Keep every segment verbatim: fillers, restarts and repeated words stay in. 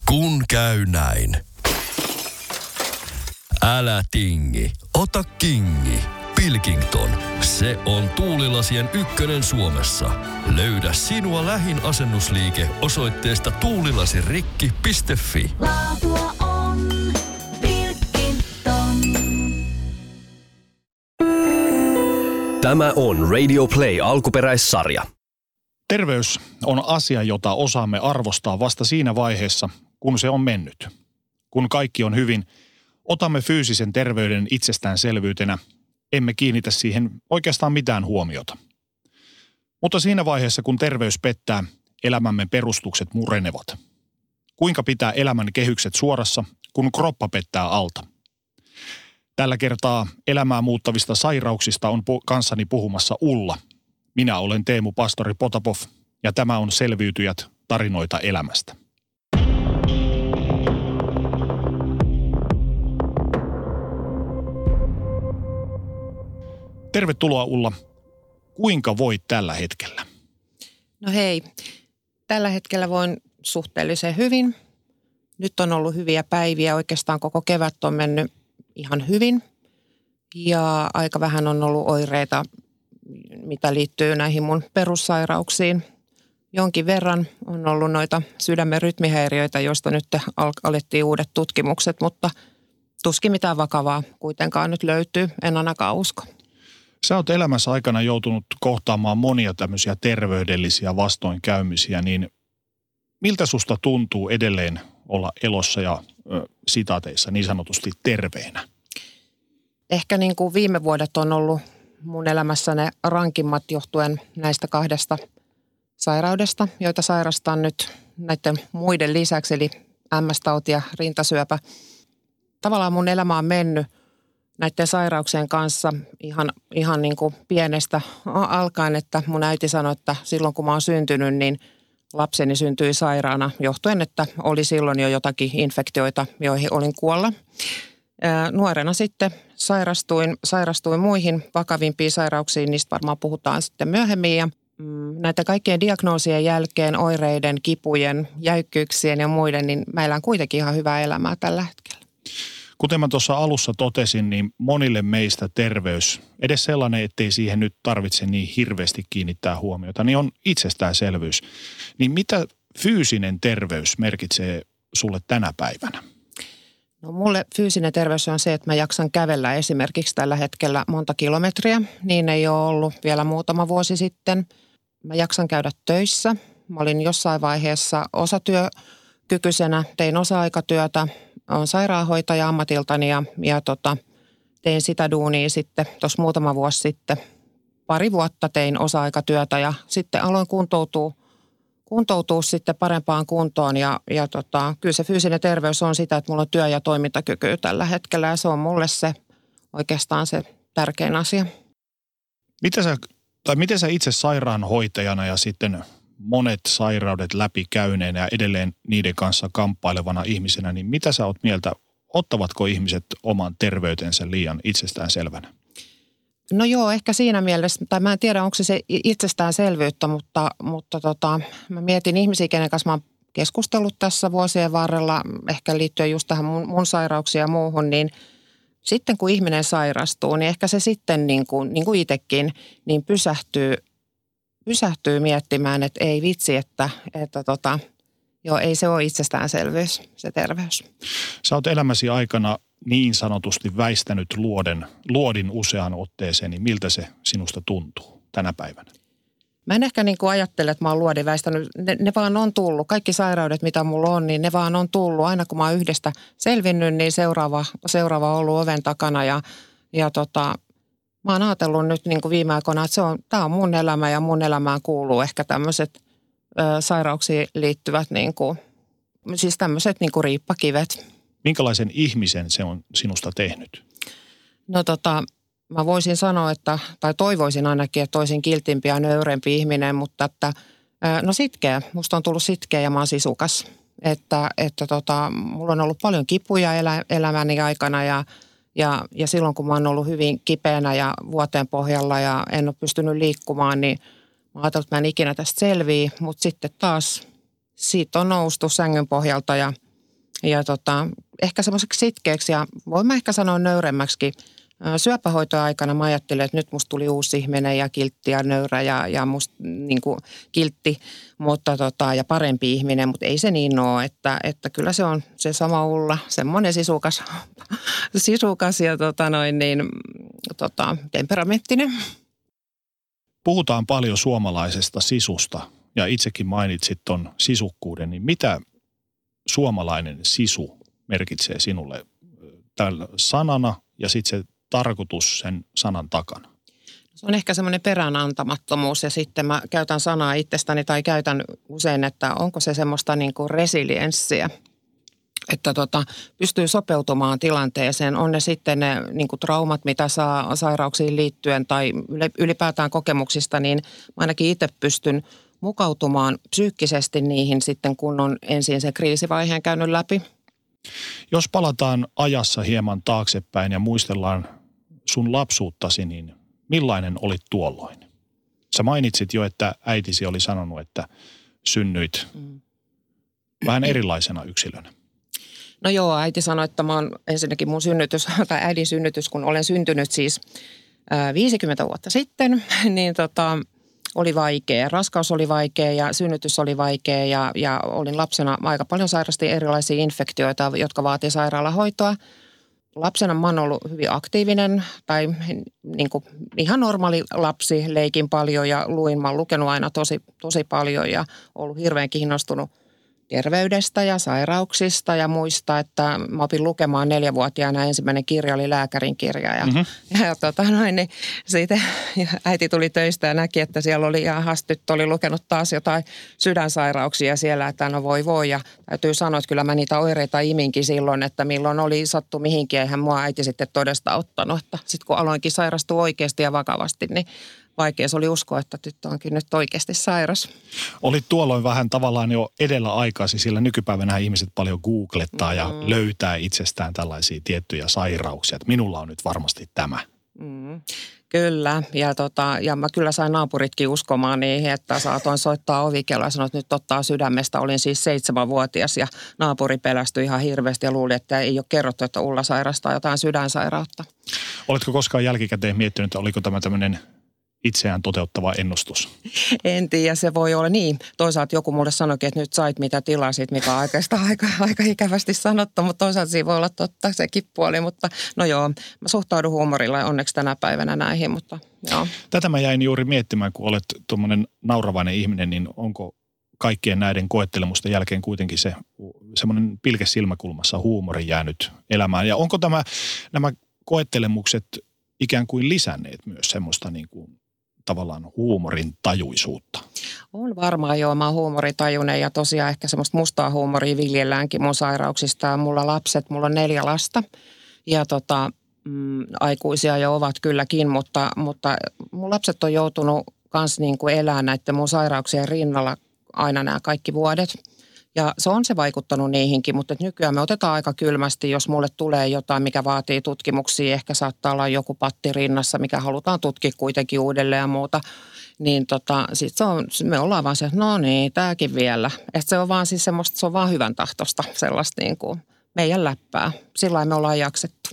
Kun käy näin. Älä tingi, ota kingi. Pilkington, se on tuulilasien ykkönen Suomessa. Löydä sinua lähin asennusliike osoitteesta tuulilasirikki piste fi. Laatua on Pilkington. Tämä on Radio Play alkuperäissarja. Terveys on asia, jota osaamme arvostaa vasta siinä vaiheessa, kun se on mennyt. Kun kaikki on hyvin, otamme fyysisen terveyden itsestäänselvyytenä, emme kiinnitä siihen oikeastaan mitään huomiota. Mutta siinä vaiheessa, kun terveys pettää, elämämme perustukset murenevat. Kuinka pitää elämän kehykset suorassa, kun kroppa pettää alta? Tällä kertaa elämää muuttavista sairauksista on pu- kanssani puhumassa Ulla. Minä olen Teemu Pastori Potapov ja tämä on Selviytyjät, tarinoita elämästä. Tervetuloa Ulla. Kuinka voit tällä hetkellä? No hei, tällä hetkellä voin suhteellisen hyvin. Nyt on ollut hyviä päiviä, oikeastaan koko kevät on mennyt ihan hyvin. Ja aika vähän on ollut oireita, mitä liittyy näihin mun perussairauksiin. Jonkin verran on ollut noita sydämen rytmihäiriöitä, joista nyt al- alettiin uudet tutkimukset, mutta tuskin mitään vakavaa kuitenkaan nyt löytyy, en ainakaan usko. Sä oot elämässä aikana joutunut kohtaamaan monia tämmöisiä terveydellisiä vastoinkäymisiä, niin miltä susta tuntuu edelleen olla elossa ja ö, sitaateissa niin sanotusti terveenä? Ehkä niin kuin viime vuodet on ollut mun elämässä ne rankimmat johtuen näistä kahdesta sairaudesta, joita sairastan nyt näiden muiden lisäksi, eli M S-tauti ja rintasyöpä. Tavallaan mun elämä on mennyt näiden sairauksien kanssa ihan, ihan niin kuin pienestä alkaen, että mun äiti sanoi, että silloin kun mä oon syntynyt, niin lapseni syntyi sairaana johtuen, että oli silloin jo jotakin infektioita, joihin olin kuolla. Nuorena sitten sairastuin, sairastuin muihin vakavimpiin sairauksiin, niistä varmaan puhutaan sitten myöhemmin. Ja näitä kaikkien diagnoosien jälkeen, oireiden, kipujen, jäykkyyksien ja muiden, niin meillä on kuitenkin ihan hyvää elämää tällä hetkellä. Kuten mä tuossa alussa totesin, niin monille meistä terveys, edes sellainen, ettei siihen nyt tarvitse niin hirveästi kiinnittää huomiota, niin on itsestäänselvyys. Niin mitä fyysinen terveys merkitsee sulle tänä päivänä? No mulle fyysinen terveys on se, että mä jaksan kävellä esimerkiksi tällä hetkellä monta kilometriä. Niin ei ole ollut vielä muutama vuosi sitten. Mä jaksan käydä töissä. Mä olin jossain vaiheessa osatyökykyisenä, tein osa-aikatyötä. Olen sairaanhoitaja ammatiltani ja, ja tota, tein sitä duunia sitten tuossa muutama vuosi sitten. Pari vuotta tein osa-aikatyötä ja sitten aloin kuntoutua, kuntoutua sitten parempaan kuntoon. Ja, ja tota, kyllä se fyysinen terveys on sitä, että mulla on työ- ja toimintakyky tällä hetkellä ja se on mulle se oikeastaan se tärkein asia. Mitä sä, tai miten sä itse sairaanhoitajana ja sitten monet sairaudet läpi käyneenä ja edelleen niiden kanssa kamppailevana ihmisenä, niin mitä sä oot mieltä, ottavatko ihmiset oman terveytensä liian itsestäänselvänä? No joo, ehkä siinä mielessä, tai mä en tiedä, onko se se itsestäänselvyyttä, mutta, mutta tota, mä mietin ihmisiä, kenen kanssa mä oon keskustellut tässä vuosien varrella, ehkä liittyen just tähän mun, mun sairauksiin ja muuhun, niin sitten kun ihminen sairastuu, niin ehkä se sitten niin kuin, niin kuin itsekin, niin pysähtyy pysähtyy miettimään, että ei vitsi, että, että tota, joo, ei se ole itsestäänselvyys, se terveys. Sä oot elämäsi aikana niin sanotusti väistänyt luodin, luodin useaan otteeseen, niin miltä se sinusta tuntuu tänä päivänä? Mä en ehkä niin kuin ajattele, että mä oon luodin väistänyt. Ne, ne vaan on tullut. Kaikki sairaudet, mitä mulla on, niin ne vaan on tullut. Aina kun mä oon yhdestä selvinnyt, niin seuraava, seuraava on ollut oven takana ja, ja tota, mä oon ajatellut nyt niin kuin viime aikoina, että se on, tää on mun elämä ja mun elämään kuuluu ehkä tämmöiset ö, sairauksiin liittyvät, niin kuin, siis tämmöiset niin kuin riippakivet. Minkälaisen ihmisen se on sinusta tehnyt? No tota, mä voisin sanoa, että, tai toivoisin ainakin, että olisin kiltimpi ja nöyrempi ihminen, mutta että, no sitkeä. Musta on tullut sitkeä ja mä oon sisukas. Että, että tota, mulla on ollut paljon kipuja elä, elämäni aikana ja, ja, ja silloin kun mä oon ollut hyvin kipeänä ja vuoteen pohjalla ja en ole pystynyt liikkumaan, niin mä ajattelin, että mä en ikinä tästä selviä, mutta sitten taas siitä on noustu sängyn pohjalta ja ja tota, ehkä semmoiseksi sitkeäksi ja voin mä ehkä sanoa nöyremmäksikin. Syöpähoitoaikana mä ajattelin, että nyt musta tuli uusi ihminen ja kiltti ja nöyrä ja, ja musta niin kuin kiltti mutta tota, ja parempi ihminen, mutta ei se niin ole, että, että kyllä se on se sama Ulla, semmoinen sisukas, sisukas ja tota noin niin, tota, temperamenttinen. Puhutaan paljon suomalaisesta sisusta ja itsekin mainitsit ton sisukkuuden, niin mitä suomalainen sisu merkitsee sinulle tällä sanana ja sitten se tarkoitus sen sanan takana? Se on ehkä semmoinen peräänantamattomuus ja sitten mä käytän sanaa itsestäni tai käytän usein, että onko se semmoista niin kuin resilienssiä, että tota, pystyy sopeutumaan tilanteeseen. On ne sitten ne niin kuin traumat, mitä saa sairauksiin liittyen tai ylipäätään kokemuksista, niin mä ainakin itse pystyn mukautumaan psyykkisesti niihin sitten, kun on ensin sen kriisivaiheen käynyt läpi. Jos palataan ajassa hieman taaksepäin ja muistellaan sun lapsuuttasi, niin millainen olit tuolloin? Sä mainitsit jo, että äitisi oli sanonut, että synnyit vähän erilaisena yksilönä. No joo, äiti sanoi, että mä oon ensinnäkin mun synnytys, tai äidin synnytys, kun olen syntynyt siis viisikymmentä vuotta sitten, niin tota, oli vaikea. Raskaus oli vaikea ja synnytys oli vaikea ja, ja olin lapsena aika paljon sairastin erilaisia infektioita, jotka vaati sairaalahoitoa. Lapsena mä oon ollut hyvin aktiivinen tai niin kuin ihan normaali lapsi, leikin paljon ja luin. Mä oon lukenut aina tosi, tosi paljon ja ollut hirveän kiinnostunut terveydestä ja sairauksista ja muista, että mä opin lukemaan neljävuotiaana. Ensimmäinen kirja oli lääkärin kirja ja, mm-hmm. ja tota noin, niin siitä ja äiti tuli töistä ja näki, että siellä oli ja hastit oli lukenut taas jotain sydänsairauksia siellä, että no voi voi ja täytyy sanoa, että kyllä mä niitä oireita iminkin silloin, että milloin oli sattu mihinkin, eihän mua äiti sitten todesta ottanut, että sitten kun aloinkin sairastua oikeasti ja vakavasti, niin vaikea se oli uskoa, että tyttö onkin nyt oikeasti sairas. Olit tuolloin vähän tavallaan jo edellä aikaisi, sillä nykypäivänä ihmiset paljon googlettaa mm. ja löytää itsestään tällaisia tiettyjä sairauksia. Että minulla on nyt varmasti tämä. Mm. Kyllä, ja, tota, ja mä kyllä sain naapuritkin uskomaan niihin, että saatoin soittaa ovikelloa ja sanoa, että nyt ottaa sydämestä. Olin siis seitsemänvuotias ja naapuri pelästyi ihan hirveästi ja luuli, että ei ole kerrottu, että Ulla sairastaa jotain sydänsairautta. Oletko koskaan jälkikäteen miettinyt, että oliko tämä tämmöinen itseään toteuttava ennustus? En tiedä, se voi olla niin. Toisaalta joku mulle sanoikin, että nyt sait mitä tilasit, mikä on oikeastaan aika, aika ikävästi sanottu, mutta toisaalta siinä voi olla totta sekin puoli. Mutta no joo, mä suhtaudun huumorilla onneksi tänä päivänä näihin, mutta joo. Tätä mä jäin juuri miettimään, kun olet tuommoinen nauravainen ihminen, niin onko kaikkien näiden koettelemusten jälkeen kuitenkin se semmoinen pilke silmäkulmassa huumori jäänyt elämään? Ja onko tämä, nämä koettelemukset ikään kuin lisänneet myös semmoista niin kuin tavallaan huumorin tajuisuutta? On varmaan joo, mä oon huumoritajuinen ja tosiaan ehkä semmoista mustaa huumoria viljelläänkin mun sairauksista. Mulla lapset, mulla on neljä lasta ja tota, mm, aikuisia jo ovat kylläkin, mutta, mutta mun lapset on joutunut kans niin kuin elämään näiden mun sairauksien rinnalla aina nämä kaikki vuodet. Ja se on se vaikuttanut niihinkin, mutta nykyään me otetaan aika kylmästi, jos mulle tulee jotain, mikä vaatii tutkimuksia. Ehkä saattaa olla joku patti rinnassa, mikä halutaan tutkia kuitenkin uudelleen ja muuta. Niin tota, sit se on, me ollaan vaan se, että no niin, tääkin vielä. Että se on vaan siis semmoista, se on vaan hyvän tahtosta sellaista niin kuin meidän läppää. Sillä me ollaan jaksettu.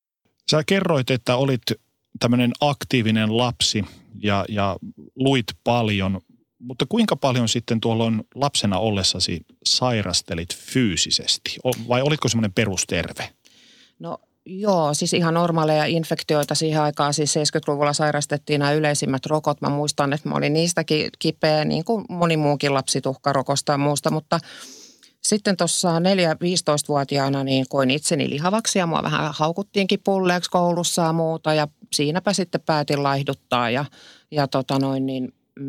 Sä kerroit, että olit tämmöinen aktiivinen lapsi ja, ja luit paljon. Mutta kuinka paljon sitten tuolloin lapsena ollessasi sairastelit fyysisesti? Vai olitko semmoinen perusterve? No joo, siis ihan normaaleja infektioita siihen aikaan. Siis seitsemänkymmentäluvulla sairastettiin nämä yleisimmät rokot. Mä muistan, että mä olin niistäkin kipeä, niin kuin moni muukin lapsi tuhkarokosta ja muusta. Mutta sitten tuossa neljä-viisitoistavuotiaana niin koin itseni lihavaksi ja mua vähän haukuttiinkin pulleeksi koulussa ja muuta. Ja siinäpä sitten päätin laihduttaa ja, ja tota noin niin...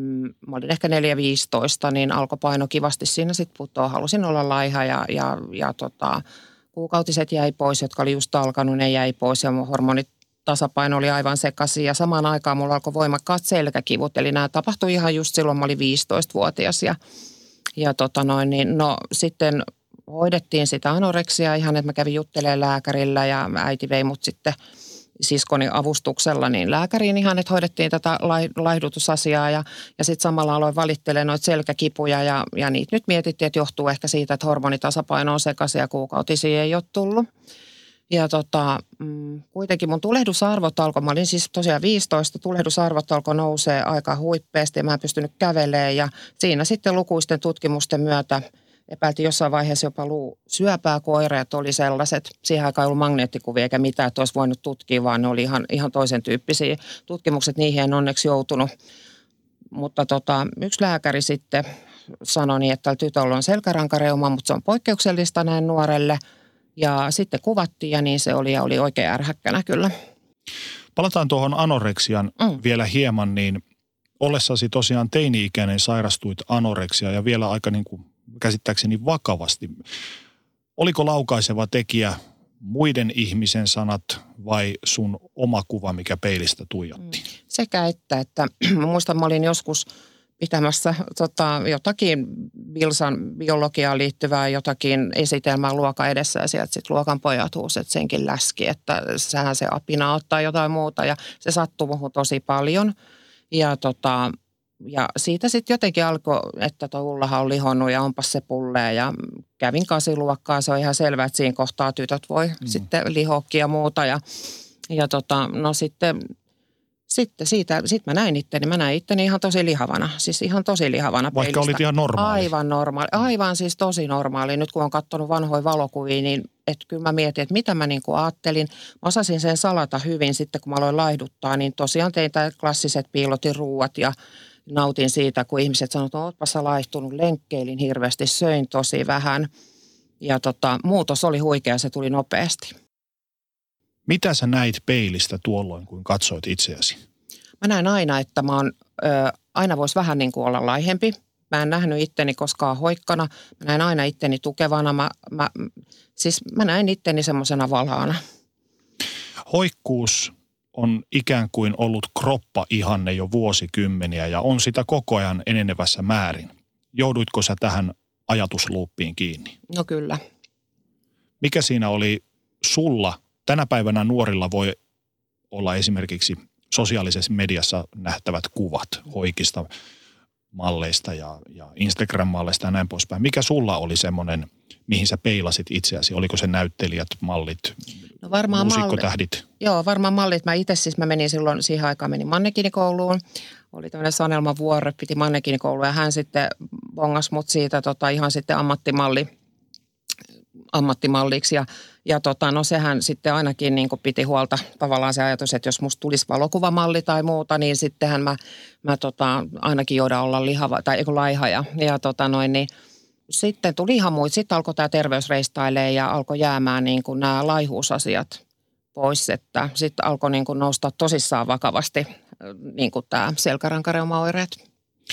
Mä olin ehkä neljä viisitoista, niin alkoi paino kivasti siinä sitten putoa. Halusin olla laiha ja, ja, ja tota, kuukautiset jäi pois, jotka oli just alkanut, ne jäi pois ja mun hormonitasapaino oli aivan sekaisin. Ja samaan aikaan mulla alkoi voimakkaat selkäkivut, eli nämä tapahtui ihan just silloin, mä olin viisitoistavuotias. Ja, ja tota noin, niin no sitten hoidettiin sitä anoreksia ihan, että mä kävin juttelemaan lääkärillä ja äiti vei mut sitten siskoni avustuksella niin lääkäriin ihan, että hoidettiin tätä laihdutusasiaa ja, ja sitten samalla aloin valittelemaan noita selkäkipuja ja, ja niitä nyt mietittiin, että johtuu ehkä siitä, että hormonitasapaino on sekaisin ja kuukautisia ei ole tullut. Ja tota, mm, kuitenkin mun tulehdusarvot alkoi, mä olin siis tosiaan viisitoista, tulehdusarvot alkoi nousee aika huippeasti ja mä en pystynyt kävelemään ja siinä sitten lukuisten tutkimusten myötä epäiltiin jossain vaiheessa jopa luusyöpää, kun oireet oli sellaiset. Siihen aikaan ei ollut magneettikuvia eikä mitään, että olisi voinut tutkia, vaan ne oli ihan, ihan toisen tyyppisiä. Tutkimukset niihin en onneksi joutunut. Mutta tota, yksi lääkäri sitten sanoi niin, että tällä tytöllä on selkärankareuma, mutta se on poikkeuksellista näin nuorelle. Ja sitten kuvattiin ja niin se oli ja oli oikein ärhäkkänä kyllä. Palataan tuohon anoreksian mm. vielä hieman, niin ollessasi tosiaan teini-ikäinen sairastuit anoreksia ja vielä aika niin kuin käsittääkseni vakavasti. Oliko laukaiseva tekijä muiden ihmisen sanat vai sun oma kuva, mikä peilistä tuijatti? Sekä että, että mä muistan, mä olin joskus pitämässä tota, jotakin Bilsan biologiaan liittyvää jotakin esitelmää luokan edessä ja sieltä sitten luokan pojat huusi, että senkin läski, että sehän se apina ottaa jotain muuta ja se sattui muhun tosi paljon ja tota... Ja siitä sitten jotenkin alkoi, että tuo Ullahan on lihonnut ja onpas se pullee ja kävin kasiluokkaa. Se on ihan selvää, että siinä kohtaa tytöt voi mm. sitten lihoakin ja muuta. Ja, ja tota, no sitten, sitten siitä, sit mä näin itteni, mä näin itteni ihan tosi lihavana. Siis ihan tosi lihavana Vaikka peilistä. Olit ihan normaali. Aivan normaali, aivan siis tosi normaali. Nyt kun on katsonut vanhoja valokuvia, niin että kyllä mä mietin, että mitä mä niin kuin ajattelin. Mä osasin sen salata hyvin sitten, kun mä aloin laihduttaa, niin tosiaan tein tämä klassiset piilotiruuat ja nautin siitä, kun ihmiset sanoivat, että ootpa sä laihtunut, lenkkeilin hirveästi, söin tosi vähän. Ja tota, muutos oli huikea, se tuli nopeasti. Mitä sä näit peilistä tuolloin, kun katsoit itseäsi? Mä näen aina, että mä oon, ö, aina voisi vähän niin kuin olla laihempi. Mä en nähnyt itteni koskaan hoikkana. Mä näen aina itteni tukevana. Mä, mä, siis mä näen itteni semmoisena valaana. Hoikkuus on ikään kuin ollut kroppa-ihanne jo vuosikymmeniä ja on sitä koko ajan enenevässä määrin. Jouduitko sä tähän ajatusluuppiin kiinni? No kyllä. Mikä siinä oli sulla? Tänä päivänä nuorilla voi olla esimerkiksi sosiaalisessa mediassa nähtävät kuvat hoikista malleista ja, ja Instagram-malleista ja näin poispäin. Mikä sulla oli semmoinen, mihin sä peilasit itseäsi? Oliko se näyttelijät, mallit, no varmaan muusikkotähdit? Malli. Joo, varmaan mallit. Mä itse siis mä menin silloin, siihen aikaan menin mannekiinikouluun. Oli tämmöinen Sanelma Vuore, piti mannekiinikoulua ja hän sitten bongasi mut siitä tota, ihan sitten ammattimalli, ammattimalliksi. Ja, ja tota, no sehän sitten ainakin niin kuin piti huolta tavallaan se ajatus, että jos musta tulisi valokuvamalli tai muuta, niin sittenhän mä, mä tota, ainakin joudan olla lihava tai eiku laiha ja, ja tota noin niin. Sitten tuli ihan muita. Sitten alkoi tämä terveysreistailee ja alkoi jäämään niin kuin nämä laihuusasiat pois. Että sitten alkoi niin kuin nousta tosissaan vakavasti niin kuin tämä selkärankareumaoireet.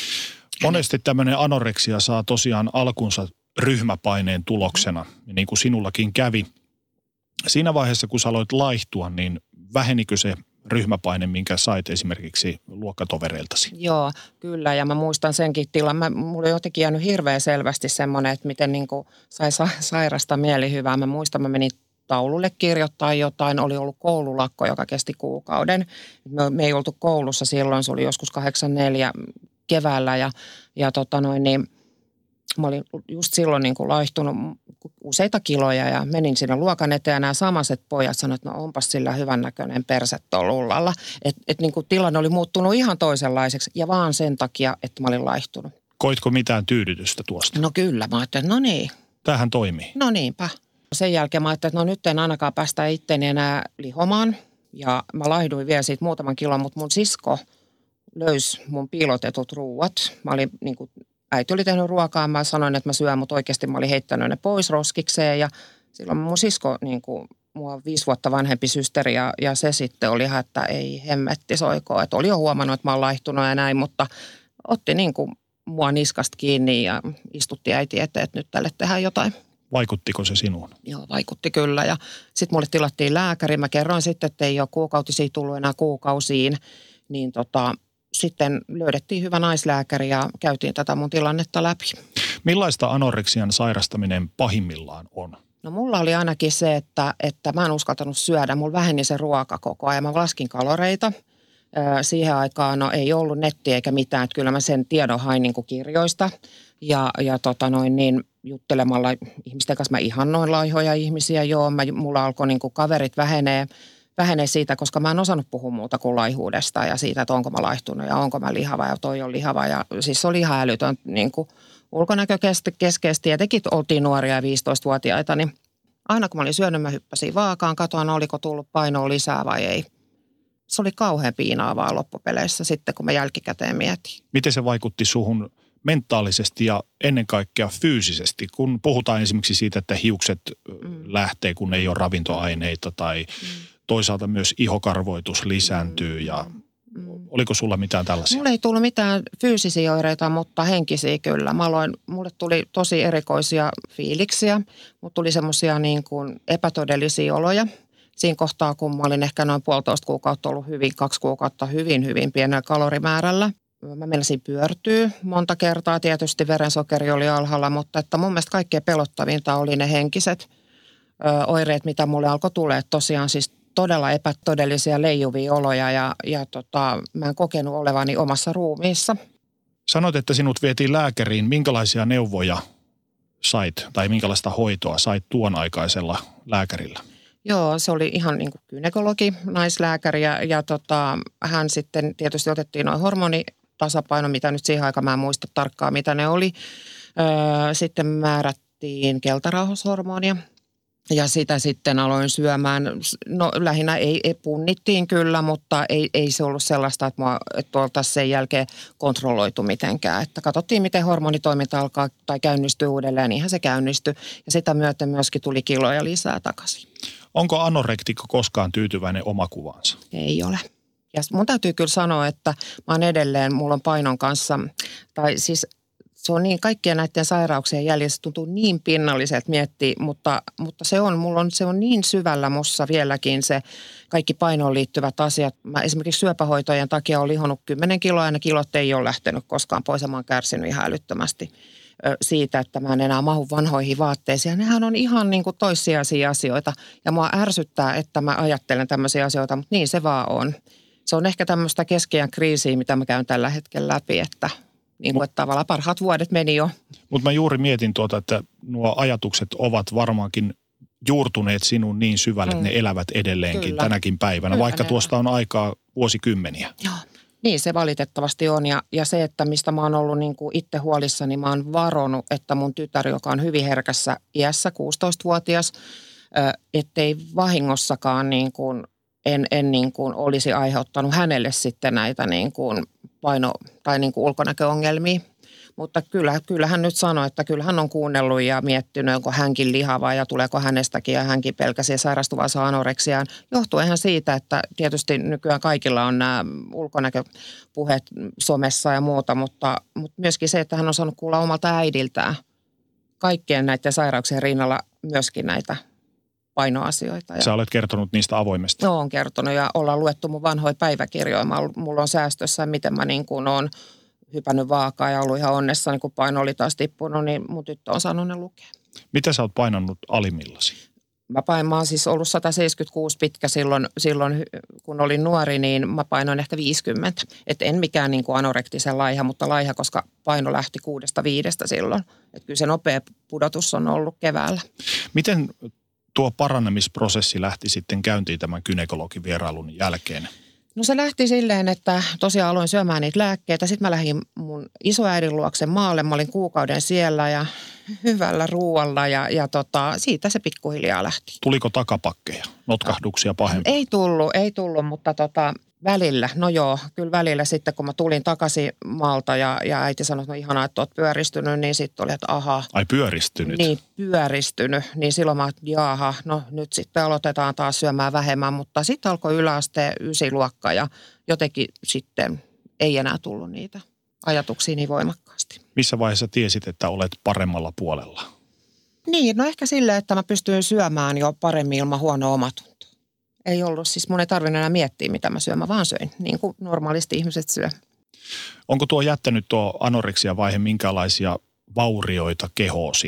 Monesti tämmöinen anoreksia saa tosiaan alkunsa ryhmäpaineen tuloksena, niin kuin sinullakin kävi. Siinä vaiheessa, kun sä aloit laihtua, niin vähenikö se ryhmäpaine, minkä sait esimerkiksi luokkatovereiltasi? Joo, kyllä. Ja mä muistan senkin tilan. Mä, mulla on jotenkin jäänyt hirveän selvästi semmoinen, että miten niin kuin sai sa- sairasta mielihyvää. Mä muistan, mä menin taululle kirjoittaa jotain. Oli ollut koululakko, joka kesti kuukauden. Me, me ei oltu koulussa silloin. Se oli joskus kahdeksankymmentäneljä keväällä ja, ja tota noin niin, mä olin just silloin niin kuin laihtunut useita kiloja ja menin siinä luokan eteen ja nämä samaset pojat sanoivat, että no onpas sillä hyvännäköinen perse tuolla Ullalla. Että et niin kuin tilanne oli muuttunut ihan toisenlaiseksi ja vaan sen takia, että mä olin laihtunut. Koitko mitään tyydytystä tuosta? No kyllä, mä ajattelin, että no niin. Tämähän toimii. No niinpä. Sen jälkeen mä ajattelin, että no nyt en ainakaan päästä itteni enää lihomaan ja mä laihduin vielä siitä muutaman kilon, mutta mun sisko löysi mun piilotetut ruuat. Mä olin niin kuin äiti oli tehnyt ruokaa, mä sanoin, että mä syön, mutta oikeasti mä olin heittänyt ne pois roskikseen ja silloin mun sisko, niin kuin, mua viisi vuotta vanhempi systeri ja, ja se sitten oli ihan, että ei hemmetti soikoo, että oli jo huomannut, että mä oon laihtunut ja näin, mutta otti niin kuin mua niskasta kiinni ja istutti äiti eteen, että nyt tälle tehdään jotain. Vaikuttiko se sinuun? Joo, vaikutti kyllä ja sitten mulle tilattiin lääkäri, mä kerroin sitten, että ei ole kuukautisia tullut enää kuukausiin, niin tota... Sitten löydettiin hyvä naislääkäri ja käytiin tätä mun tilannetta läpi. Millaista anoreksian sairastaminen pahimmillaan on? No mulla oli ainakin se, että, että mä en uskaltanut syödä. Mulla väheni se ruoka koko ajan. Mä laskin kaloreita. Siihen aikaan no, ei ollut nettiä eikä mitään. Että kyllä mä sen tiedon hain niin kuin kirjoista. Ja, ja tota noin niin juttelemalla ihmisten kanssa mä ihannoin laihoja ihmisiä. Joo, mä, mulla alkoi niin kuin kaverit vähenee, vähenee siitä, koska mä en osannut puhua muuta kuin laihuudesta. Ja siitä, että onko mä laihtunut ja onko mä lihava ja toi on lihava. Ja siis se oli ihan älytön niin kuin ulkonäkökeskeisesti. Tietenkin oltiin nuoria ja viisitoistavuotiaita, niin aina kun mä olin syönyt, mä hyppäsin vaakaan, katoin oliko tullut painoa lisää vai ei. Se oli kauhean piinaavaa loppupeleissä sitten, kun mä jälkikäteen mietin. Miten se vaikutti suhun mentaalisesti ja ennen kaikkea fyysisesti? Kun puhutaan esimerkiksi siitä, että hiukset mm. lähtee, kun ei ole ravintoaineita tai mm. toisaalta myös ihokarvoitus lisääntyy ja mm. oliko sulla mitään tällaisia? Mulla ei tullut mitään fyysisiä oireita, mutta henkisiä kyllä. Mä aloin, mulle tuli tosi erikoisia fiiliksiä, mutta tuli semmoisia niin kuin epätodellisia oloja. Siinä kohtaa, kun mä olin ehkä noin puolitoista kuukautta ollut hyvin, kaksi kuukautta hyvin, hyvin pienellä kalorimäärällä. Mä menisin pyörtyä monta kertaa. Tietysti verensokeri oli alhaalla, mutta että mun mielestä kaikkein pelottavinta oli ne henkiset ö, oireet, mitä mulle alkoi tulee. Tosiaan siis todella epätodellisia leijuvia oloja ja, ja tota, mä en kokenut olevani omassa ruumiissa. Sanoit, että sinut vietiin lääkäriin. Minkälaisia neuvoja sait tai minkälaista hoitoa sait tuon aikaisella lääkärillä? Joo, se oli ihan niin kuin gynekologi, naislääkäri ja, ja tota, hän sitten tietysti otettiin noin hormonitasapaino, mitä nyt siihen aikaan mä en muista tarkkaan, mitä ne oli. Öö, sitten määrättiin keltarauhashormonia ja sitä sitten aloin syömään. No lähinnä ei, ei punnittiin kyllä, mutta ei, ei se ollut sellaista, että, mua, että oltaisiin sen jälkeen kontrolloitu mitenkään. Että katsottiin, miten hormonitoiminta alkaa tai käynnistyy uudelleen, niinhän se käynnistyi ja sitä myöten myöskin tuli kiloja lisää takaisin. Onko anorektikko koskaan tyytyväinen omakuvaansa? Ei ole. Ja mun täytyy kyllä sanoa, että mä oon edelleen, mulla on painon kanssa, tai siis se on niin, kaikkien näiden sairauksien jäljessä tuntuu niin pinnalliselta miettiä, mutta, mutta se on, mulla on, se on niin syvällä mussa vieläkin se kaikki painoon liittyvät asiat. Mä esimerkiksi syöpähoitojen takia olen lihonnut kymmenen kiloa ja ne kilot ei ole lähtenyt koskaan pois ja mä oon kärsinyt ihan älyttömästi siitä, että mä en enää mahu vanhoihin vaatteisiin. Nehän on ihan niin kuin toissijaisia asioita ja mua ärsyttää, että mä ajattelen tämmöisiä asioita, mutta niin se vaan on. Se on ehkä tämmöistä keskiään kriisiä, mitä mä käyn tällä hetkellä läpi, että, niin kuin, että tavallaan parhaat vuodet meni jo. Mutta mä juuri mietin tuota, että nuo ajatukset ovat varmaankin juurtuneet sinun niin syvälle, mm. että ne elävät edelleenkin Kyllä. tänäkin päivänä, Kyllä vaikka tuosta on aikaa vuosikymmeniä. Joo. Niin se valitettavasti on ja, ja se, että mistä mä oon ollut niin kuin itse huolissani, mä oon varonut, että mun tytär, joka on hyvin herkässä iässä, kuusitoistavuotias, ettei vahingossakaan niin kuin, en, en niin kuin olisi aiheuttanut hänelle sitten näitä niin kuin paino- tai niin kuin ulkonäköongelmia. Mutta kyllä, kyllä hän nyt sanoi, että kyllä hän on kuunnellut ja miettinyt, onko hänkin lihava ja tuleeko hänestäkin ja hänkin pelkäsi sairastuvansa anoreksiaan. Johtuen siitä, että tietysti nykyään kaikilla on nämä ulkonäköpuheet somessa ja muuta, mutta, mutta myöskin se, että hän on saanut kuulla omalta äidiltään kaikkien näiden sairauksien rinnalla myöskin näitä painoasioita. Sä olet kertonut niistä avoimesti. Joo, olen kertonut ja ollaan luettu mun vanhoja päiväkirjoja. Mulla on säästössä, miten mä niin kuin olen hypännyt vaakaa ja ollut ihan onnessani, kun paino oli taas tippunut, niin mun tyttö on saanut ne lukea. Mitä sä oot painannut alimmillasi? Mä, pain, mä oon siis ollut sata seitsemänkymmentäkuusi pitkä silloin, silloin, kun olin nuori, niin mä painoin ehkä viisikymmentä. Et en mikään niin kuin anorektisen laiha, mutta laiha, koska paino lähti kuudesta viidestä silloin. Et kyllä se nopea pudotus on ollut keväällä. Miten tuo paranemisprosessi lähti sitten käyntiin tämän gynekologin vierailun jälkeen? No se lähti silleen, että tosiaan aloin syömään niitä lääkkeitä. Sitten mä lähdin mun isoäidin luokse maalle. Mä olin kuukauden siellä ja hyvällä ruualla ja, ja tota, siitä se pikkuhiljaa lähti. Tuliko takapakkeja, notkahduksia pahempaa? Ei tullut, ei tullut, mutta tota, välillä, no joo, kyllä välillä sitten kun mä tulin takaisin maalta ja, ja äiti sanoi, että no ihanaa, että oot pyöristynyt, niin sitten oli, että aha. Ai pyöristynyt? Niin, pyöristynyt. Niin silloin mä, jaaha, no nyt sitten aloitetaan taas syömään vähemmän, mutta sitten alkoi yläaste ysiluokka ja jotenkin sitten ei enää tullut niitä ajatuksia niin voimakkaasti. Missä vaiheessa tiesit, että olet paremmalla puolella? Niin, no ehkä silleen, että mä pystyin syömään jo paremmin ilman huonoa omatuntoa. Ei ollut, siis mun ei tarvinnut enää miettiä, mitä mä syön, mä vaan söin, niin kuin normaalisti ihmiset syö. Onko tuo jättänyt tuo anoreksia vaihe minkälaisia vaurioita kehoosi?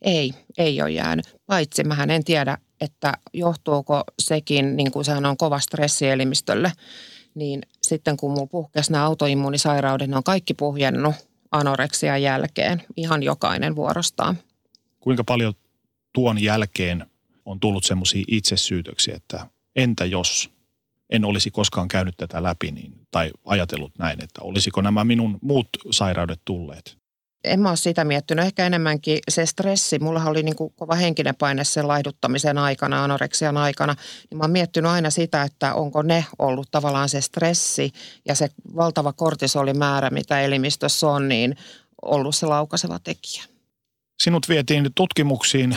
Ei, ei ole jäänyt. Paitsi mähän en tiedä, että johtuuko sekin, niin kuin sehän on kova stressi elimistölle, niin sitten kun mulla puhkesi nämä autoimmuunisairaudet, ne on kaikki puhjennut anoreksian jälkeen, ihan jokainen vuorostaan. Kuinka paljon tuon jälkeen on tullut semmoisia itsesyytöksiä, että entä jos en olisi koskaan käynyt tätä läpi niin, tai ajatellut näin, että olisiko nämä minun muut sairaudet tulleet? En mä ole sitä miettinyt. Ehkä enemmänkin se stressi. Mullahan oli niin kuin kova henkinen paine sen laihduttamisen aikana, anoreksian aikana. Niin mä oon miettinyt aina sitä, että onko ne ollut tavallaan se stressi ja se valtava kortisolimäärä, mitä elimistössä on, niin ollut se laukaiseva tekijä. Sinut vietiin tutkimuksiin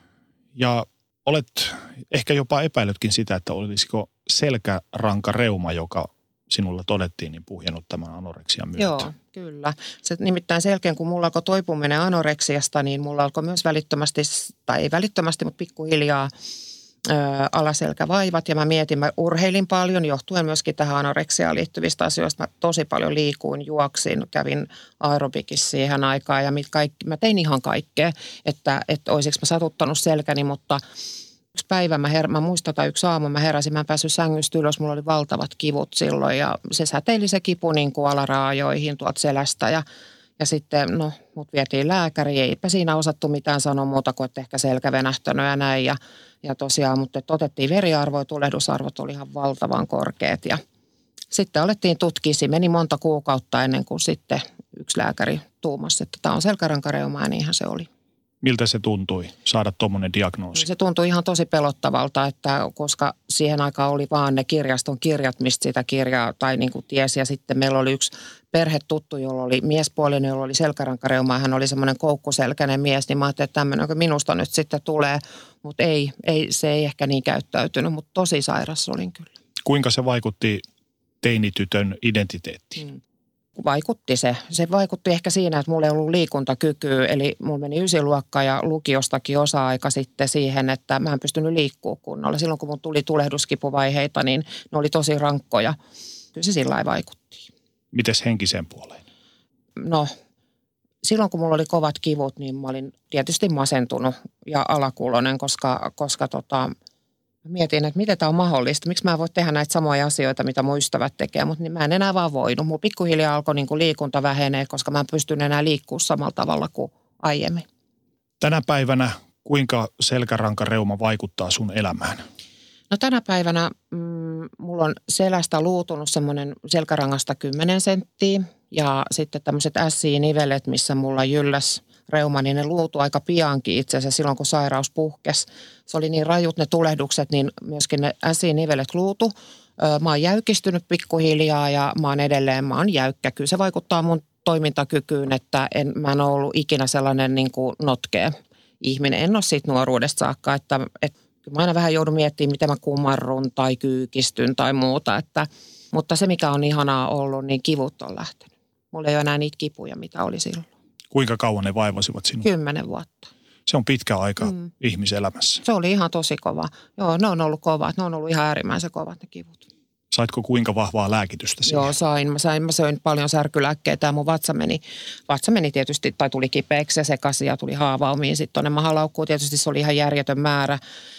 ja olet ehkä jopa epäillytkin sitä, että olisiko selkärankareuma, joka sinulla todettiin, niin puhjennut tämän anoreksian myötä. Joo, kyllä. Se nimittäin selkeän, kun mulla alkoi toipuminen anoreksiasta, niin mulla alkoi myös välittömästi, tai ei välittömästi, mutta pikkuhiljaa ö, alaselkävaivat. Ja mä mietin, mä urheilin paljon, johtuen myöskin tähän anoreksiaan liittyvistä asioista. Mä tosi paljon liikuin, juoksin, kävin aerobikissa siihen aikaan ja mit kaikki, mä tein ihan kaikkea, että, että olisiko mä satuttanut selkäni, mutta yksi päivä, mä, her- mä muistan, tai yksi aamu mä heräsin, mä en päässyt sängystä ylös, mulla oli valtavat kivut silloin ja se säteili se kipu niin kuin alaraajoihin tuolta selästä ja, ja sitten no mut vietiin lääkäriin, eipä siinä osattu mitään sanoa muuta kuin, että ehkä selkä venähtänyt ja näin ja, ja tosiaan, mutta otettiin veriarvoja, tulehdusarvot oli ihan valtavan korkeat ja sitten alettiin tutkia, siinä meni monta kuukautta ennen kuin sitten yksi lääkäri tuumasi, että tämä on selkärankareuma ja niinhän se oli. Miltä se tuntui saada tuommoinen diagnoosi? Se tuntui ihan tosi pelottavalta, että koska siihen aikaan oli vaan ne kirjaston kirjat, mistä sitä kirjaa tai niin kuin tiesi. Ja sitten meillä oli yksi perhetuttu, jolla oli miespuolinen, jolla oli selkärankareuma. Hän oli semmoinen koukkuselkäinen mies, niin mä ajattelin, että tämmöinen minusta nyt sitten tulee. Mutta ei, ei, se ei ehkä niin käyttäytynyt, mutta tosi sairas olin kyllä. Kuinka se vaikutti teinitytön identiteettiin? Hmm. Vaikutti se. Se vaikutti ehkä siinä, että mulla ei ollut liikuntakykyä, eli mulla meni ysiluokka ja lukiostakin osa-aika sitten siihen, että mä en pystynyt liikkua kunnolla. Silloin kun mun tuli tulehduskipuvaiheita, niin ne oli tosi rankkoja. Kyllä se sillä lailla vaikutti. Mites henkiseen puoleen? No, silloin kun mulla oli kovat kivut, niin mä olin tietysti masentunut ja alakuloinen, koska, koska tota, mietin, että miten tämä on mahdollista. Miksi mä en voi tehdä näitä samoja asioita, mitä mun ystävät tekee, mutta mä en enää vaan voinut. Mulla pikkuhiljaa alkoi niin kuin liikunta vähenee, koska mä en pystynyt enää liikkua samalla tavalla kuin aiemmin. Tänä päivänä kuinka selkärankareuma vaikuttaa sun elämään? No tänä päivänä mm, mulla on selästä luutunut semmoinen selkärangasta kymmenen senttiä ja sitten tämmöiset äs i-nivelet, missä mulla jylläs reuma, niin ne luutui aika piankin itse asiassa silloin, kun sairaus puhkesi. Se oli niin rajut ne tulehdukset, niin myöskin ne äs i-nivelet luutu. Mä oon jäykistynyt pikkuhiljaa ja mä oon edelleen, mä oon jäykkä. Kyllä se vaikuttaa mun toimintakykyyn, että en, mä en ole ollut ikinä sellainen niin kuin notkea ihminen. En ole siitä nuoruudesta saakka, että, että mä aina vähän joudun miettimään, miten mä kumarrun tai kyykistyn tai muuta. Että, mutta se, mikä on ihanaa ollut, niin kivut on lähtenyt. Mulla ei ole enää niitä kipuja, mitä oli silloin. Kuinka kauan ne vaivasivat sinua? Kymmenen vuotta. Se on pitkä aika mm. ihmiselämässä. Se oli ihan tosi kova. Joo, ne on ollut kovat. Ne on ollut ihan äärimmäisen kovat ne kivut. Saitko kuinka vahvaa lääkitystä siihen? Joo, sain. Mä, sain, mä söin paljon särkylääkkeitä ja mun vatsa meni, vatsa meni tietysti, tai tuli kipeäksi ja sekaisin ja tuli haavaumiin. Sitten tuonne mahalaukkuun tietysti se oli ihan järjetön määrä.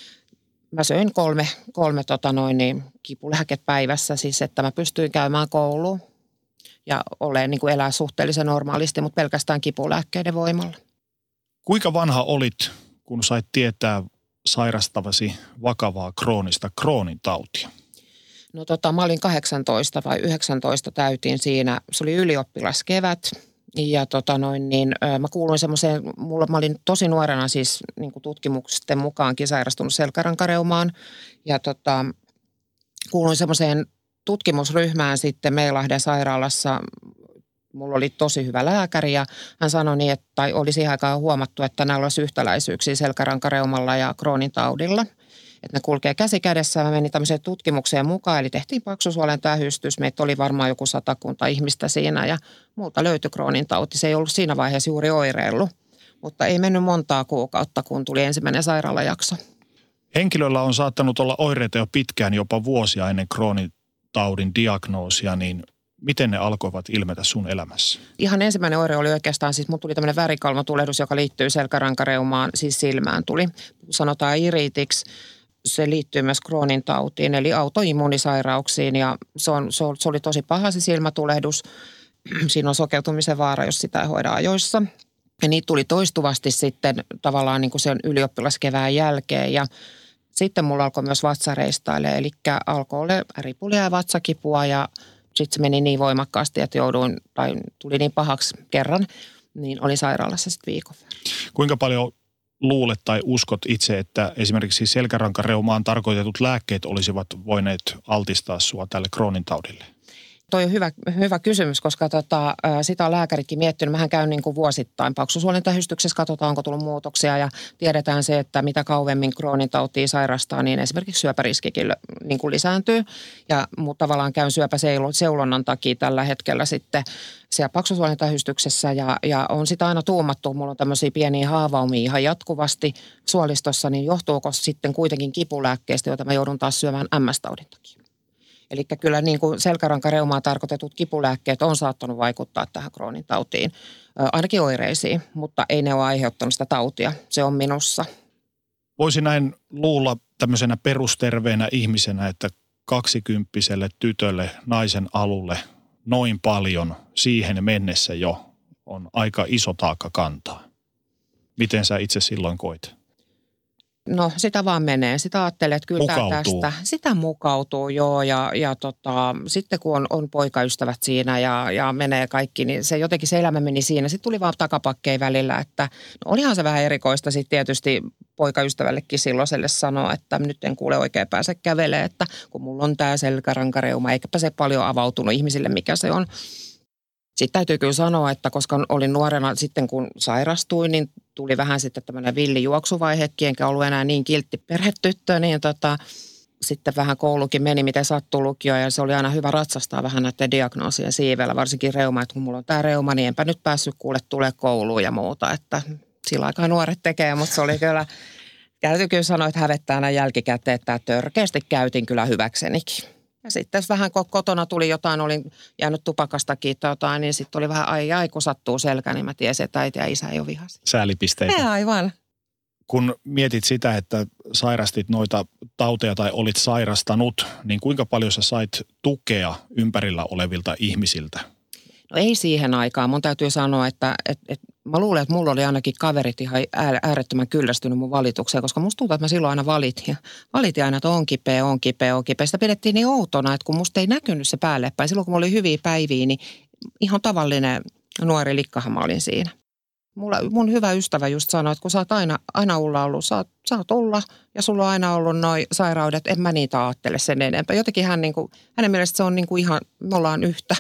Mä söin kolme, kolme tota noin, niin, kipulääket päivässä, siis että mä pystyin käymään kouluun ja olen niin kuin elää suhteellisen normaalisti, mutta pelkästään kipulääkkeiden voimalla. Kuinka vanha olit, kun sait tietää sairastavasi vakavaa kroonista Crohnin tautia? No tota, mä olin kahdeksantoista vai yhdeksäntoista täytin siinä. Se oli ylioppilaskevät ja tota noin niin, mä kuuluin semmoiseen, mulla, mä olin tosi nuorena siis niin kuin tutkimusten mukaankin sairastunut selkärankareumaan ja tota, kuuluin semmoiseen tutkimusryhmään sitten Meilahden sairaalassa. Mulla oli tosi hyvä lääkäri ja hän sanoi niin, että tai olisi ihan aikaa huomattu, että näillä olisi yhtäläisyyksiä selkärankareumalla ja Crohnin taudilla. Että ne kulkee käsi kädessä. Mä menin tämmöiseen tutkimukseen mukaan, eli tehtiin paksusuolen tähystys. Meitä oli varmaan joku satakunta ihmistä siinä ja multa löytyi Crohnin tauti. Se ei ollut siinä vaiheessa juuri oireillut, mutta ei mennyt montaa kuukautta, kun tuli ensimmäinen sairaalajakso. Henkilöllä on saattanut olla oireita jo pitkään, jopa vuosia ennen Crohnin taudin diagnoosia, niin miten ne alkoivat ilmetä sun elämässä? Ihan ensimmäinen oire oli oikeastaan, siis mun tuli tämmöinen värikalvotulehdus, joka liittyy selkärankareumaan, siis silmään tuli. Sanotaan iritiksi. Se liittyy myös Crohnin tautiin, eli autoimmuunisairauksiin, ja se, on, se, on, se oli tosi paha se silmätulehdus. Siinä on sokeutumisen vaara, jos sitä ei hoida ajoissa. Ja niitä tuli toistuvasti sitten tavallaan niin kuin sen ylioppilaskevään jälkeen, ja sitten mulla alkoi myös vatsareistaille, eli alkoi olla ripulia ja vatsakipua, ja sitten se meni niin voimakkaasti, että jouduin, tai tuli niin pahaksi kerran, niin olin sairaalassa sitten viikon verran. Kuinka paljon luulet tai uskot itse, että esimerkiksi selkärankareumaan tarkoitetut lääkkeet olisivat voineet altistaa sua tälle Crohnin taudille? Toi on hyvä, hyvä kysymys, koska tota, sitä on lääkäritkin miettinyt. Mähän käyn niin kuin vuosittain paksusuolen tähystyksessä, katsotaan onko tullut muutoksia ja tiedetään se, että mitä kauemmin Crohnin tautia sairastaa, niin esimerkiksi syöpäriskikin niin kuin lisääntyy. Ja mutta tavallaan käyn syöpäseulonnan takia tällä hetkellä sitten siellä paksusuolen tähystyksessä ja, ja on sitä aina tuumattu. Mulla on tämmöisiä pieniä haavaumia ihan jatkuvasti suolistossa, niin johtuuko sitten kuitenkin kipulääkkeistä, joita mä joudun taas syömään M S-taudin takia. Eli kyllä niin kuin selkärankareumaan tarkoitetut kipulääkkeet on saattanut vaikuttaa tähän Crohnin tautiin, ainakin oireisiin, mutta ei ne ole aiheuttanut sitä tautia. Se on minussa. Voisi näin luulla tämmöisenä perusterveenä ihmisenä, että kaksikymppiselle tytölle naisen alulle noin paljon siihen mennessä jo on aika iso taakka kantaa. Miten sä itse silloin koit? No sitä vaan menee. Sitä ajattelee, että kyllä tämä tästä. Sitä mukautuu, joo. Ja, ja tota, sitten kun on, on poikaystävät siinä ja, ja menee kaikki, niin se jotenkin se elämä meni siinä. Sitten tuli vaan takapakkeja välillä, että no olihan se vähän erikoista sitten tietysti poikaystävällekin silloiselle sanoa, että nyt en kuule oikein pääse kävelemään, että kun mulla on tämä selkärankareuma, eikäpä se paljon avautunut ihmisille, mikä se on. Sitten täytyy kyllä sanoa, että koska olin nuorena sitten kun sairastuin, niin tuli vähän sitten tämmöinen villijuoksuvaihekin, enkä ollut enää niin kiltti perhetyttö, niin tota, sitten vähän koulukin meni, miten sattuu lukio, ja se oli aina hyvä ratsastaa vähän näiden diagnoosien siivellä, varsinkin reuma, että kun mulla on tämä reuma, niin enpä nyt päässyt kuule tulee kouluun ja muuta, että sillä aikaa nuoret tekee, mutta se oli kyllä, täytyy kyllä sanoa, että hävettää näin jälkikäteen, että törkeästi käytin kyllä hyväksenikin. Ja sitten jos vähän kotona tuli jotain, olin jäänyt tupakastakin jotain, niin sitten oli vähän ai ai, kun sattuu selkä, niin mä tiesin, että äiti ja isä ei ole vihasi. Säälipisteitä. Ja aivan. Kun mietit sitä, että sairastit noita tauteja tai olit sairastanut, niin kuinka paljon sä sait tukea ympärillä olevilta ihmisiltä? No ei siihen aikaan. Mun täytyy sanoa, että, että, että mä luulen, että mulla oli ainakin kaverit ihan äärettömän kyllästynyt mun valitukseen, koska musta tuntuu, että mä silloin aina valitin. Valitin aina, että on kipeä, on kipeä, on kipeä. Sitä pidettiin niin outona, että kun musta ei näkynyt se päälle päin. Silloin kun mulla oli hyviä päiviä, niin ihan tavallinen nuori likkahan mä olin siinä. Mulla, mun hyvä ystävä just sanoi, että kun sä oot aina, aina Ulla ollut, sä oot, sä oot Ulla ja sulla on aina ollut noi sairaudet, en mä niitä ajattele sen enempää. Jotenkin hän, niin kuin, hänen mielestä se on niin kuin ihan, me ollaan yhtä.